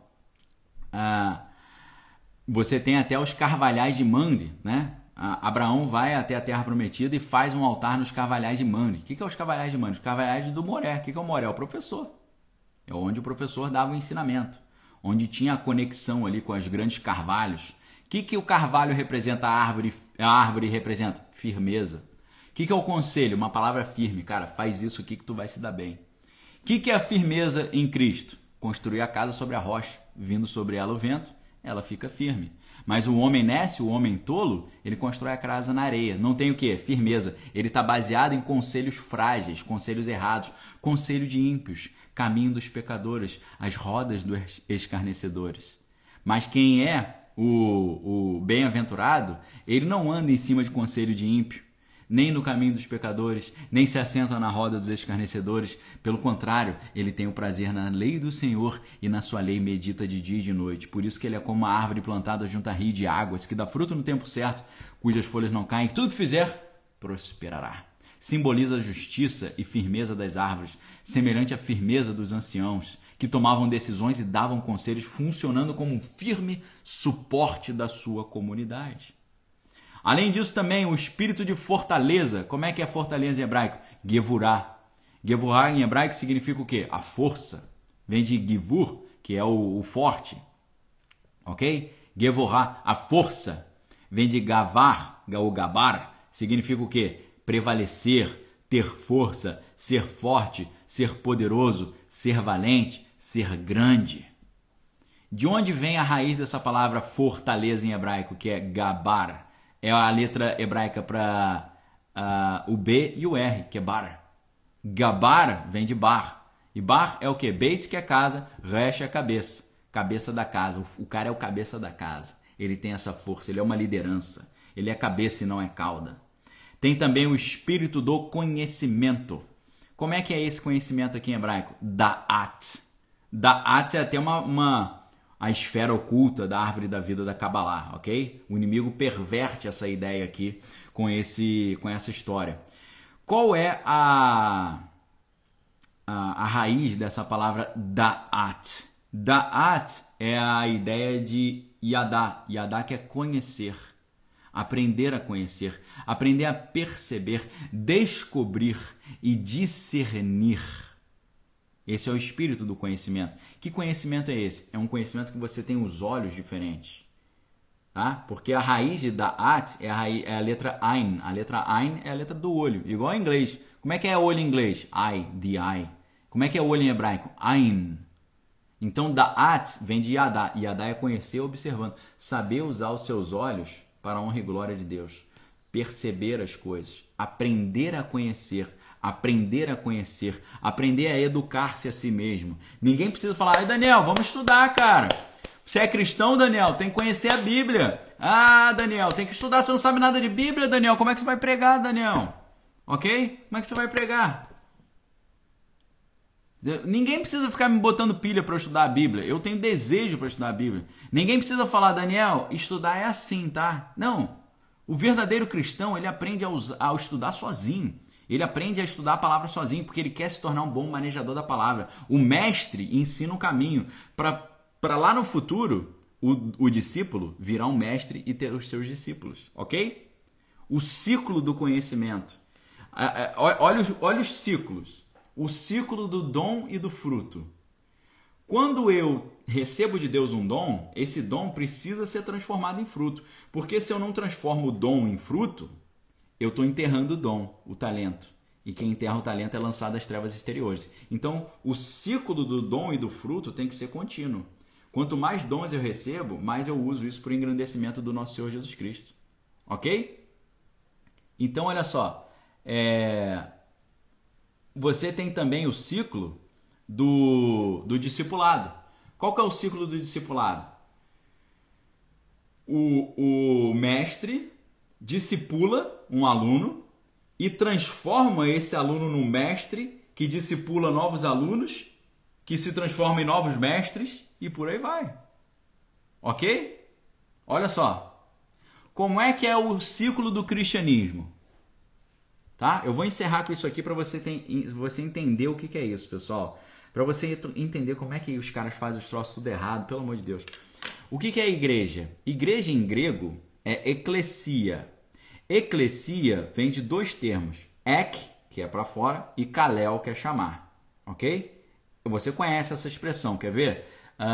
você tem até os carvalhais de Mamre, né? Abraão vai até a terra prometida e faz um altar nos carvalhais de Mamre. O que é os carvalhais de Mamre? Os carvalhais do Moré. O que é o Moré? É o professor. É onde o professor dava o ensinamento. Onde tinha a conexão ali com os grandes carvalhos. O que o carvalho representa? A árvore representa firmeza. O que é o conselho? Uma palavra firme. Cara, faz isso aqui que tu vai se dar bem. O que é a firmeza em Cristo? Construir a casa sobre a rocha. Vindo sobre ela o vento, ela fica firme. Mas o homem nécio, o homem tolo, ele constrói a casa na areia. Não tem o quê? Firmeza. Ele está baseado em conselhos frágeis, conselhos errados, conselho de ímpios, caminho dos pecadores, as rodas dos escarnecedores. Mas quem é o bem-aventurado, ele não anda em cima de conselho de ímpio, nem no caminho dos pecadores, nem se assenta na roda dos escarnecedores. Pelo contrário, ele tem o prazer na lei do Senhor e na sua lei medita de dia e de noite. Por isso que ele é como uma árvore plantada junto a rio de águas, que dá fruto no tempo certo, cujas folhas não caem. Tudo que fizer, prosperará. Simboliza a justiça e firmeza das árvores, semelhante à firmeza dos anciãos, que tomavam decisões e davam conselhos, funcionando como um firme suporte da sua comunidade. Além disso, também o espírito de fortaleza. Como é que é fortaleza em hebraico? Gevurah. Gevurah em hebraico significa o quê? A força. Vem de givur, que é o forte. Ok? Gevurah, a força. Vem de gavar, ou gabar, significa o quê? Prevalecer, ter força, ser forte, ser poderoso, ser valente, ser grande. De onde vem a raiz dessa palavra fortaleza em hebraico, que é gabar? É a letra hebraica para o B e o R, que é bar. Gabar vem de bar. E bar é o quê? Beit, que é casa, resh é cabeça. Cabeça da casa. O cara é o cabeça da casa. Ele tem essa força, ele é uma liderança. Ele é cabeça e não é cauda. Tem também o espírito do conhecimento. Como é que é esse conhecimento aqui em hebraico? Da'at. Da'at é até a esfera oculta da árvore da vida da Kabbalah, ok? O inimigo perverte essa ideia aqui com essa história. Qual é a raiz dessa palavra Da'at? Da'at é a ideia de Yadá. Yadá que é conhecer, aprender a conhecer, aprender a perceber, descobrir e discernir. Esse é o espírito do conhecimento. Que conhecimento é esse? É um conhecimento que você tem os olhos diferentes. Tá? Porque a raiz de Da'at é a letra Ain. A letra Ain é a letra do olho, igual em inglês. Como é que é olho em inglês? Eye, the eye. Como é que é olho em hebraico? Ain. Então Da'at vem de Yadá. Yadá é conhecer observando. Saber usar os seus olhos para a honra e glória de Deus. Perceber as coisas. Aprender a conhecer. Aprender a conhecer, aprender a educar-se a si mesmo. Ninguém precisa falar, Daniel, vamos estudar, cara. Você é cristão, Daniel, tem que conhecer a Bíblia. Daniel, tem que estudar, você não sabe nada de Bíblia, Daniel. Como é que você vai pregar, Daniel? Ok? Como é que você vai pregar? Ninguém precisa ficar me botando pilha para eu estudar a Bíblia. Eu tenho desejo para estudar a Bíblia. Ninguém precisa falar, Daniel, estudar é assim, tá? Não. O verdadeiro cristão, ele aprende a estudar sozinho. Ele aprende a estudar a palavra sozinho, porque ele quer se tornar um bom manejador da palavra. O mestre ensina o caminho para lá no futuro, o discípulo virar um mestre e ter os seus discípulos, ok? O ciclo do conhecimento. Olha os ciclos. O ciclo do dom e do fruto. Quando eu recebo de Deus um dom, esse dom precisa ser transformado em fruto. Porque se eu não transformo o dom em fruto, eu estou enterrando o dom, o talento. E quem enterra o talento é lançado às trevas exteriores. Então, o ciclo do dom e do fruto tem que ser contínuo. Quanto mais dons eu recebo, mais eu uso isso para o engrandecimento do nosso Senhor Jesus Cristo. Ok? Então, olha só. Você tem também o ciclo do discipulado. Qual que é o ciclo do discipulado? O mestre discipula um aluno e transforma esse aluno num mestre que discipula novos alunos, que se transforma em novos mestres e por aí vai. Ok? Olha só. Como é que é o ciclo do cristianismo? Tá? Eu vou encerrar com isso aqui para você entender o que é isso, pessoal. Para você entender como é que os caras fazem os troços tudo errado, pelo amor de Deus. O que é igreja? Igreja em grego é eclesia. Eclesia vem de dois termos. Ek, que é para fora, e kaleo, que é chamar. Ok? Você conhece essa expressão, quer ver?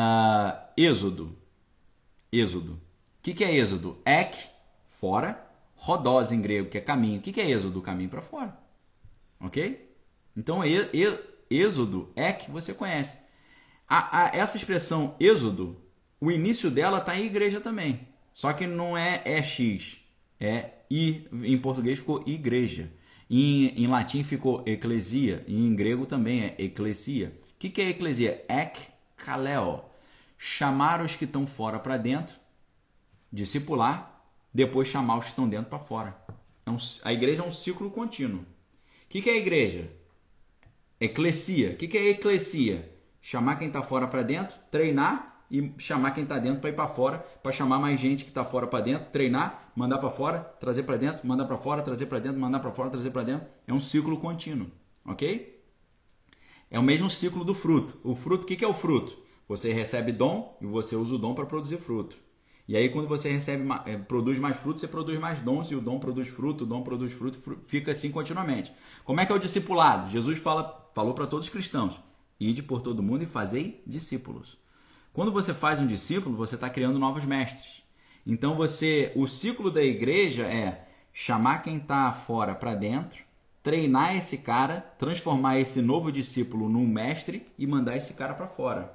Êxodo. Êxodo. O que é êxodo? Ek, fora. Rodós em grego, que é caminho. O que é êxodo? Caminho para fora. Ok? Então, êxodo, ek, você conhece. Essa expressão êxodo, o início dela está em igreja também. Só que não é EX, é I. Em português ficou igreja. Em latim ficou eclesia. E em grego também é eclesia. O que é eclesia? Ek kaleo. Chamar os que estão fora para dentro, discipular, depois chamar os que estão dentro para fora. A igreja é um ciclo contínuo. O que é a igreja? Eclesia. O que é eclesia? Chamar quem está fora para dentro, treinar e chamar quem está dentro para ir para fora, para chamar mais gente que está fora para dentro, treinar, mandar para fora, trazer para dentro, mandar para fora, trazer para dentro, mandar para fora, trazer para dentro. É um ciclo contínuo, ok? É o mesmo ciclo do fruto. O fruto, o que é o fruto? Você recebe dom e você usa o dom para produzir fruto. E aí quando você produz mais fruto, você produz mais dons e o dom produz fruto, o dom produz fruto, fica assim continuamente. Como é que é o discipulado? Jesus falou para todos os cristãos: ide por todo mundo e fazei discípulos. Quando você faz um discípulo, você está criando novos mestres. Então o ciclo da igreja é chamar quem está fora para dentro, treinar esse cara, transformar esse novo discípulo num mestre e mandar esse cara para fora.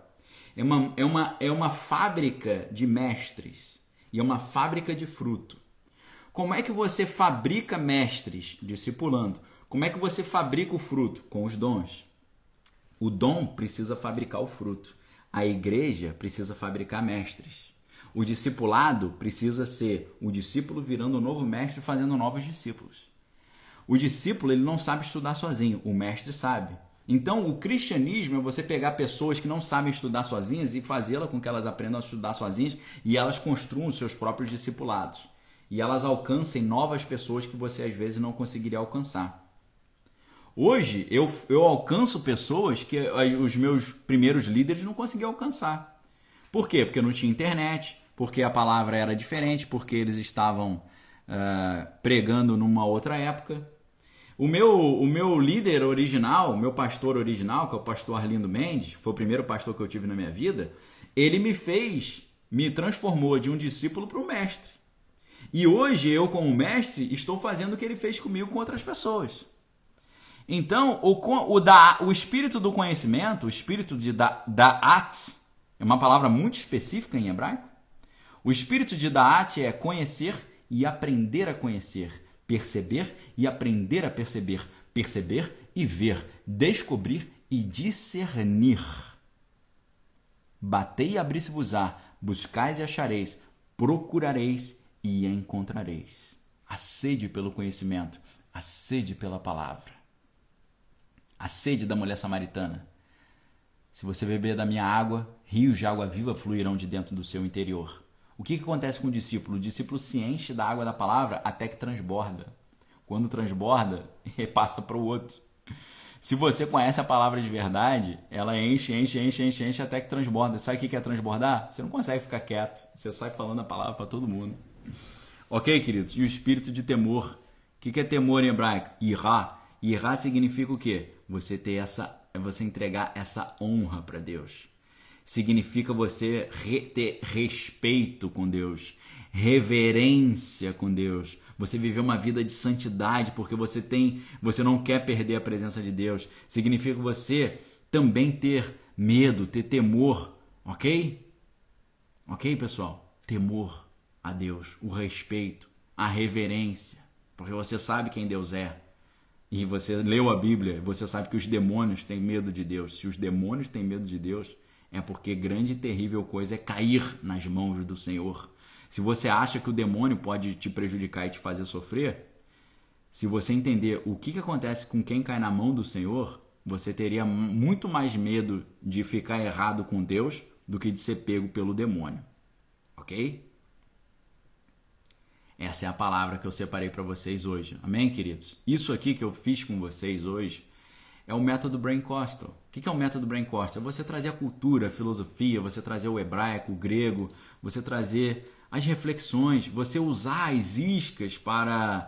É uma fábrica de mestres e é uma fábrica de fruto. Como é que você fabrica mestres? Discipulando. Como é que você fabrica o fruto? Com os dons. O dom precisa fabricar o fruto. A igreja precisa fabricar mestres. O discipulado precisa ser o discípulo virando um novo mestre, fazendo novos discípulos. O discípulo ele não sabe estudar sozinho, o mestre sabe. Então, o cristianismo é você pegar pessoas que não sabem estudar sozinhas e fazê-las com que elas aprendam a estudar sozinhas e elas construam os seus próprios discipulados. E elas alcancem novas pessoas que você às vezes não conseguiria alcançar. Hoje, eu alcanço pessoas que os meus primeiros líderes não conseguiam alcançar. Por quê? Porque não tinha internet, porque a palavra era diferente, porque eles estavam pregando numa outra época. O meu líder original, o meu pastor original, que é o pastor Arlindo Mendes, foi o primeiro pastor que eu tive na minha vida, ele me transformou de um discípulo para um mestre. E hoje eu, como mestre, estou fazendo o que ele fez comigo com outras pessoas. Então, o espírito do conhecimento, o espírito de da'at, é uma palavra muito específica em hebraico. O espírito de da'at é conhecer e aprender a conhecer, perceber e aprender a perceber, perceber e ver, descobrir e discernir. Batei e abri-se-vos-á, buscais e achareis, procurareis e encontrareis. A sede pelo conhecimento, a sede pela palavra. A sede da mulher samaritana. Se você beber da minha água, rios de água viva fluirão de dentro do seu interior. O que acontece com o discípulo? O discípulo se enche da água da palavra até que transborda. Quando transborda, ele passa para o outro. Se você conhece a palavra de verdade, ela enche até que transborda. Sabe o que é transbordar? Você não consegue ficar quieto. Você sai falando a palavra para todo mundo. Ok, queridos? E o espírito de temor. O que é temor em hebraico? Irá. Irá significa o quê? Você entregar essa honra para Deus. significa você ter respeito com Deus, reverência com Deus. Você viver uma vida de santidade porque você não quer perder a presença de Deus. Significa você também ter medo, ter temor, ok? Ok, pessoal? Temor a Deus, o respeito, a reverência, porque você sabe quem Deus é. E você leu a Bíblia, você sabe que os demônios têm medo de Deus. Se os demônios têm medo de Deus, é porque grande e terrível coisa é cair nas mãos do Senhor. Se você acha que o demônio pode te prejudicar e te fazer sofrer, se você entender o que acontece com quem cai na mão do Senhor, você teria muito mais medo de ficar errado com Deus do que de ser pego pelo demônio. Ok? Essa é a palavra que eu separei para vocês hoje. Amém, queridos? Isso aqui que eu fiz com vocês hoje é o método Braincostal. O que é o método Braincostal? É você trazer a cultura, a filosofia, você trazer o hebraico, o grego, você trazer as reflexões, você usar as iscas para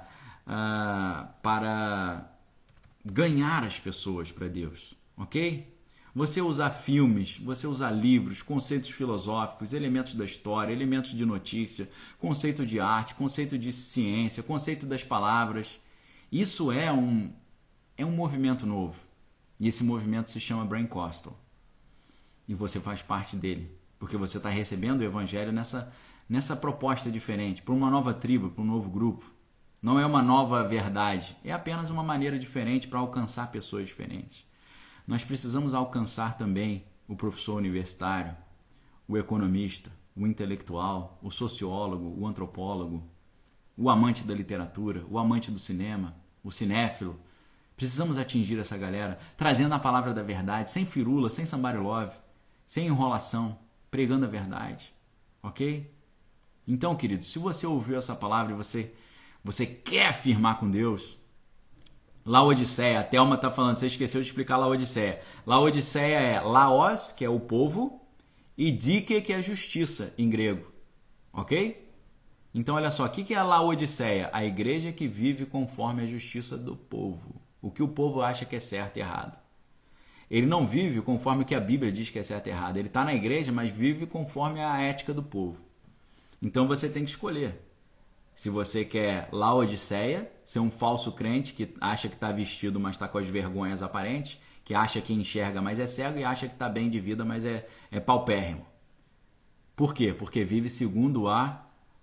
ganhar as pessoas para Deus, ok? Você usar filmes, você usar livros, conceitos filosóficos, elementos da história, elementos de notícia, conceito de arte, conceito de ciência, conceito das palavras. Isso é um movimento novo. E esse movimento se chama Braincostal. E você faz parte dele, porque você está recebendo o evangelho nessa proposta diferente, para uma nova tribo, para um novo grupo. Não é uma nova verdade, é apenas uma maneira diferente para alcançar pessoas diferentes. Nós precisamos alcançar também o professor universitário, o economista, o intelectual, o sociólogo, o antropólogo, o amante da literatura, o amante do cinema, o cinéfilo. Precisamos atingir essa galera, trazendo a palavra da verdade, sem firula, sem somebody love, sem enrolação, pregando a verdade. Ok? Então, queridos, se você ouviu essa palavra e você quer firmar com Deus, Laodiceia, a Thelma está falando, você esqueceu de explicar Laodiceia. Laodiceia é Laos, que é o povo, e Dike, que é a justiça, em grego. Ok? Então, olha só, o que é a Laodiceia? A igreja que vive conforme a justiça do povo. O que o povo acha que é certo e errado. Ele não vive conforme o que a Bíblia diz que é certo e errado. Ele está na igreja, mas vive conforme a ética do povo. Então, você tem que escolher. Se você quer Laodiceia, ser um falso crente que acha que está vestido, mas está com as vergonhas aparentes, que acha que enxerga, mas é cego, e acha que está bem de vida, mas é paupérrimo. Por quê? Porque vive segundo a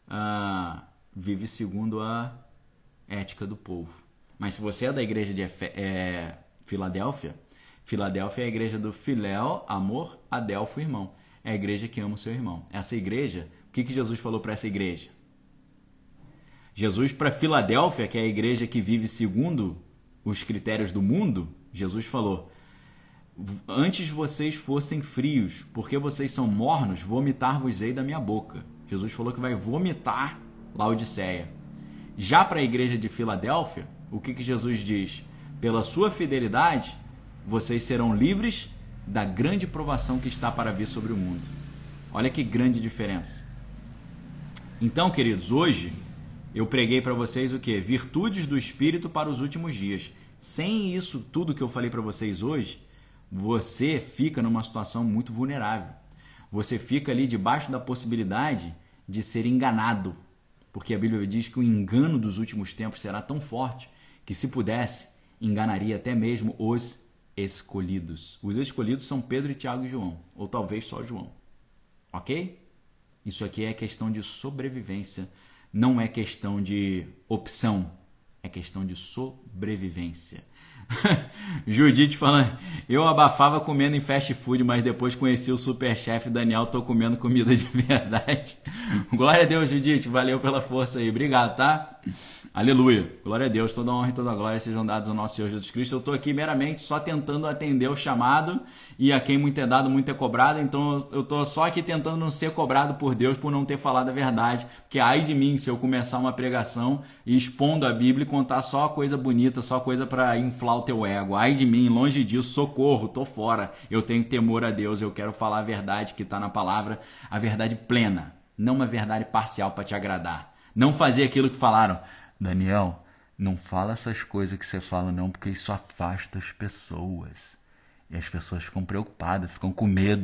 ética do povo. Mas se você é da igreja de Filadélfia, Filadélfia é a igreja do Filéu, amor, Adelfo, irmão. É a igreja que ama o seu irmão. Essa igreja, o que Jesus falou para essa igreja? Jesus, para Filadélfia, que é a igreja que vive segundo os critérios do mundo, Jesus falou: antes vocês fossem frios, porque vocês são mornos, vomitar-vos-ei da minha boca. Jesus falou que vai vomitar Laodiceia. Já para a igreja de Filadélfia, o que Jesus diz? Pela sua fidelidade, vocês serão livres da grande provação que está para vir sobre o mundo. Olha que grande diferença. Então, queridos, hoje eu preguei para vocês o quê? Virtudes do Espírito para os últimos dias. Sem isso tudo que eu falei para vocês hoje, você fica numa situação muito vulnerável. Você fica ali debaixo da possibilidade de ser enganado. Porque a Bíblia diz que o engano dos últimos tempos será tão forte que, se pudesse, enganaria até mesmo os escolhidos. Os escolhidos são Pedro, Tiago e João. Ou talvez só João. Ok? Isso aqui é questão de sobrevivência. Não é questão de opção, é questão de sobrevivência. Judite falando, eu abafava comendo em fast food, mas depois conheci o superchefe Daniel, tô comendo comida de verdade. Glória a Deus, Judite, valeu pela força aí, obrigado, tá? Aleluia, glória a Deus, toda honra e toda glória sejam dados ao nosso Senhor Jesus Cristo. Eu estou aqui meramente só tentando atender o chamado, e a quem muito é dado, muito é cobrado, então eu estou só aqui tentando não ser cobrado por Deus por não ter falado a verdade, porque ai de mim se eu começar uma pregação e expondo a Bíblia e contar só coisa bonita, só coisa para inflar o teu ego. Ai de mim, longe disso, socorro, tô fora, eu tenho temor a Deus, eu quero falar a verdade que está na palavra, a verdade plena, não uma verdade parcial para te agradar, não fazer aquilo que falaram. Daniel, não fala essas coisas que você fala não, porque isso afasta as pessoas. E as pessoas ficam preocupadas, ficam com medo.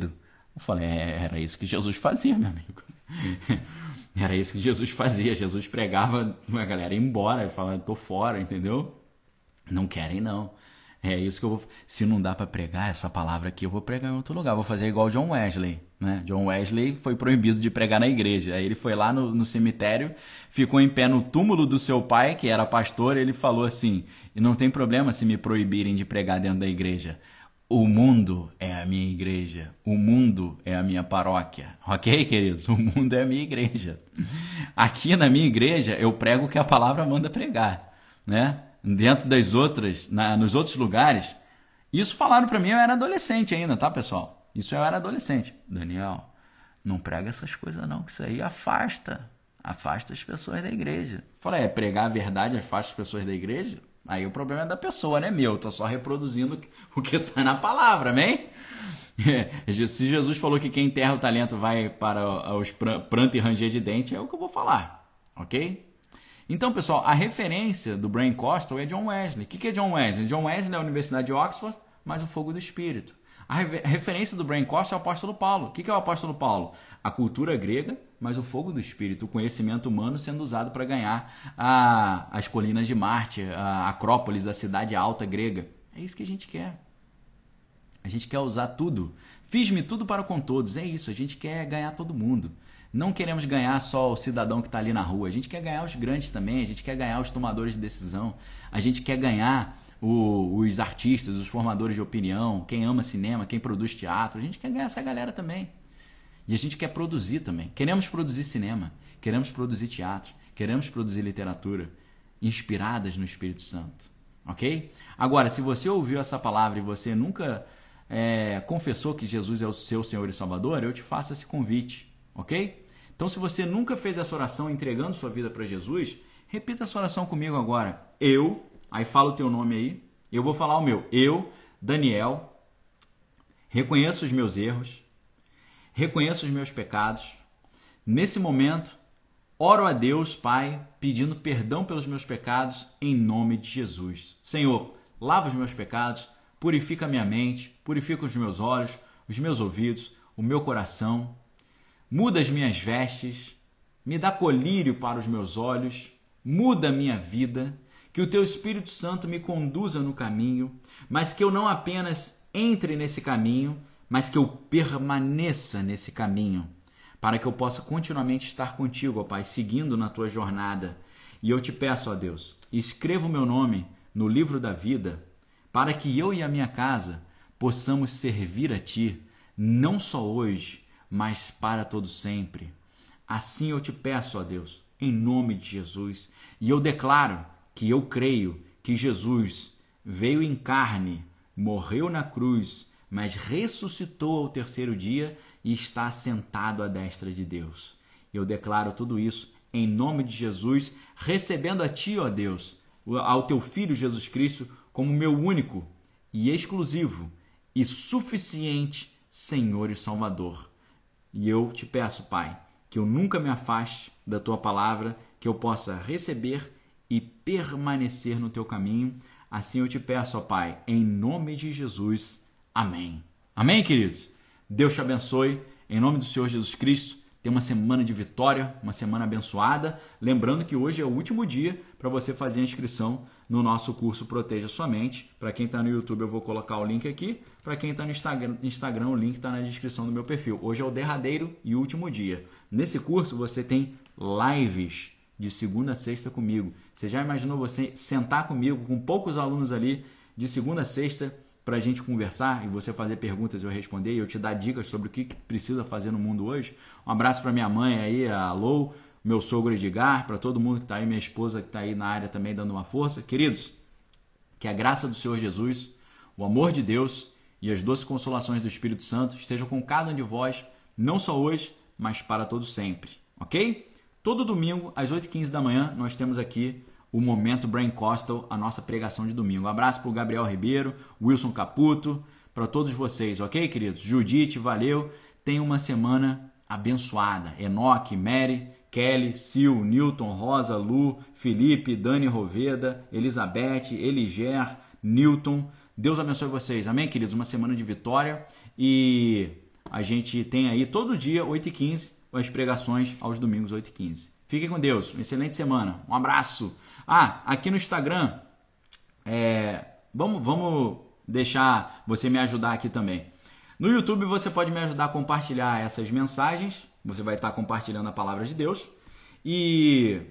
Eu falei, era isso que Jesus fazia, meu amigo. Era isso que Jesus fazia. Jesus pregava, a galera ia embora, falando, tô fora, entendeu? Não querem, não. É isso que eu vou... Se não dá para pregar essa palavra aqui, eu vou pregar em outro lugar. Vou fazer igual John Wesley, né? John Wesley foi proibido de pregar na igreja. Aí ele foi lá no cemitério, ficou em pé no túmulo do seu pai, que era pastor, e ele falou assim, e não tem problema se me proibirem de pregar dentro da igreja. O mundo é a minha igreja. O mundo é a minha paróquia. Ok, queridos? O mundo é a minha igreja. Aqui na minha igreja, eu prego o que a palavra manda pregar, né? Dentro das outras, nos outros lugares, isso falaram para mim, eu era adolescente ainda, tá, pessoal? Isso eu era adolescente. Daniel, não prega essas coisas não, que isso aí afasta as pessoas da igreja. Falei, pregar a verdade afasta as pessoas da igreja? Aí o problema é da pessoa, não é meu, eu tô só reproduzindo o que tá na palavra, amém? Se Jesus falou que quem enterra o talento vai para os pranto e ranger de dente, é o que eu vou falar, ok? Então, pessoal, a referência do Brian Costello é John Wesley. O que é John Wesley? John Wesley é a Universidade de Oxford, mas o fogo do Espírito. A referência do Brian Costello é o apóstolo Paulo. O que é o apóstolo Paulo? A cultura grega, mas o fogo do Espírito, o conhecimento humano sendo usado para ganhar as colinas de Marte, a Acrópolis, a cidade alta grega. É isso que a gente quer. A gente quer usar tudo. Fiz-me tudo para com todos. É isso, a gente quer ganhar todo mundo. Não queremos ganhar só o cidadão que está ali na rua. A gente quer ganhar os grandes também. A gente quer ganhar os tomadores de decisão. A gente quer ganhar os artistas, os formadores de opinião, quem ama cinema, quem produz teatro. A gente quer ganhar essa galera também. E a gente quer produzir também. Queremos produzir cinema. Queremos produzir teatro. Queremos produzir literatura inspiradas no Espírito Santo. Ok? Agora, se você ouviu essa palavra e você nunca confessou que Jesus é o seu Senhor e Salvador, eu te faço esse convite. Ok? Então, se você nunca fez essa oração entregando sua vida para Jesus, repita essa oração comigo agora. Aí fala o teu nome aí, eu vou falar o meu. Eu, Daniel, reconheço os meus erros, reconheço os meus pecados. Nesse momento, oro a Deus, Pai, pedindo perdão pelos meus pecados em nome de Jesus. Senhor, lava os meus pecados, purifica a minha mente, purifica os meus olhos, os meus ouvidos, o meu coração. Muda as minhas vestes, me dá colírio para os meus olhos, muda a minha vida, que o Teu Espírito Santo me conduza no caminho, mas que eu não apenas entre nesse caminho, mas que eu permaneça nesse caminho, para que eu possa continuamente estar contigo, ó Pai, seguindo na Tua jornada. E eu te peço, ó Deus, escreva o meu nome no livro da vida, para que eu e a minha casa possamos servir a Ti, não só hoje, mas para todo sempre. Assim eu te peço, ó Deus, em nome de Jesus, e eu declaro que eu creio que Jesus veio em carne, morreu na cruz, mas ressuscitou ao terceiro dia e está sentado à destra de Deus. Eu declaro tudo isso em nome de Jesus, recebendo a Ti, ó Deus, ao Teu Filho Jesus Cristo, como meu único e exclusivo e suficiente Senhor e Salvador. E eu te peço, Pai, que eu nunca me afaste da Tua palavra, que eu possa receber e permanecer no Teu caminho. Assim eu te peço, ó Pai, em nome de Jesus. Amém. Amém, queridos? Deus te abençoe. Em nome do Senhor Jesus Cristo, tenha uma semana de vitória, uma semana abençoada. Lembrando que hoje é o último dia para você fazer a inscrição no nosso curso Proteja Sua Mente. Para quem está no YouTube, eu vou colocar o link aqui. Para quem está no Instagram, o link está na descrição do meu perfil. Hoje é o derradeiro e último dia. Nesse curso, você tem lives de segunda a sexta comigo. Você já imaginou você sentar comigo, com poucos alunos ali, de segunda a sexta, para a gente conversar e você fazer perguntas e eu responder e eu te dar dicas sobre o que precisa fazer no mundo hoje? Um abraço para minha mãe aí, a Lou, meu sogro Edgar, para todo mundo que está aí, minha esposa que está aí na área também dando uma força. Queridos, que a graça do Senhor Jesus, o amor de Deus e as doces consolações do Espírito Santo estejam com cada um de vós, não só hoje, mas para todos sempre, ok? Todo domingo, às 8h15 da manhã, nós temos aqui o Momento Brian Costello, a nossa pregação de domingo. Um abraço para o Gabriel Ribeiro, Wilson Caputo, para todos vocês, ok, queridos? Judite, valeu. Tenha uma semana abençoada. Enoque, Mary, Kelly, Sil, Newton, Rosa, Lu, Felipe, Dani Roveda, Elizabeth, Eliger, Newton. Deus abençoe vocês. Amém, queridos? Uma semana de vitória. E a gente tem aí todo dia, 8h15, as pregações aos domingos, 8h15. Fiquem com Deus, uma excelente semana, um abraço. Aqui no Instagram, vamos deixar você me ajudar aqui também. No YouTube você pode me ajudar a compartilhar essas mensagens, você vai estar compartilhando a palavra de Deus. E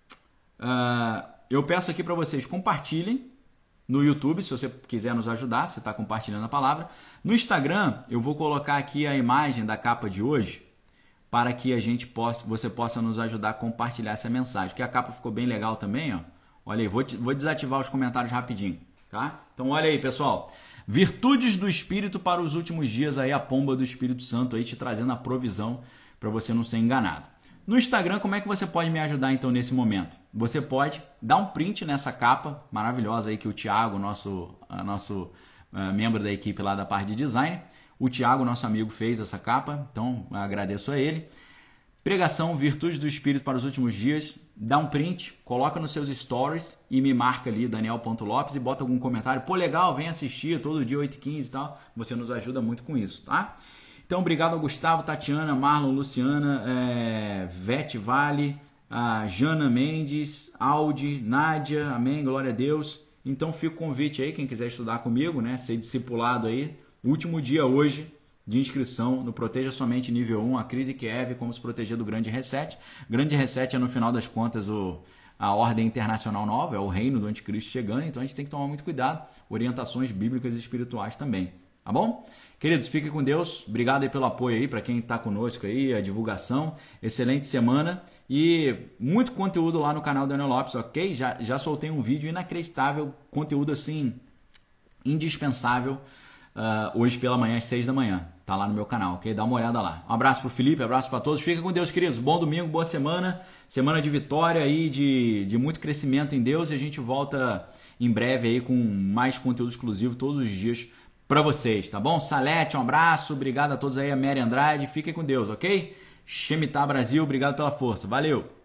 eu peço aqui para vocês compartilhem no YouTube, se você quiser nos ajudar, você está compartilhando a palavra. No Instagram, eu vou colocar aqui a imagem da capa de hoje para que você possa nos ajudar a compartilhar essa mensagem, porque a capa ficou bem legal também, ó. Olha aí, vou desativar os comentários rapidinho, tá? Então olha aí, pessoal. Virtudes do Espírito para os últimos dias, aí a pomba do Espírito Santo aí te trazendo a provisão para você não ser enganado. No Instagram, como é que você pode me ajudar então nesse momento? Você pode dar um print nessa capa maravilhosa aí que o Thiago, nosso membro da equipe lá da parte de design, o Thiago, nosso amigo, fez essa capa, então agradeço a ele. Pregação, Virtudes do Espírito para os últimos dias, dá um print, coloca nos seus stories e me marca ali, Daniel.Lopes, e bota algum comentário. Pô, legal, vem assistir todo dia 8h15 e tal. Você nos ajuda muito com isso, tá? Então, obrigado ao Gustavo, Tatiana, Marlon, Luciana, Vete Vale, a Jana Mendes, Audi, Nádia, amém, glória a Deus. Então, fica o convite aí, quem quiser estudar comigo, né, ser discipulado aí. Último dia hoje de inscrição no Proteja Somente Nível 1, a Crise Kiev, como se proteger do Grande Reset. Grande Reset é, no final das contas, a ordem internacional nova, é o reino do anticristo chegando, então a gente tem que tomar muito cuidado. Orientações bíblicas e espirituais também, tá bom? Queridos, fiquem com Deus. Obrigado aí pelo apoio aí, para quem está conosco aí, a divulgação. Excelente semana e muito conteúdo lá no canal Daniel Lopes, ok? Já soltei um vídeo inacreditável, conteúdo assim, indispensável, hoje pela manhã, às 6 da manhã. Tá lá no meu canal, ok? Dá uma olhada lá. Um abraço pro Felipe, abraço para todos. Fica com Deus, queridos. Bom domingo, boa semana. Semana de vitória aí, de muito crescimento em Deus. E a gente volta em breve aí com mais conteúdo exclusivo todos os dias para vocês, tá bom? Salete, um abraço. Obrigado a todos aí, a Mary Andrade. Fiquem com Deus, ok? Shemitah Brasil, obrigado pela força. Valeu!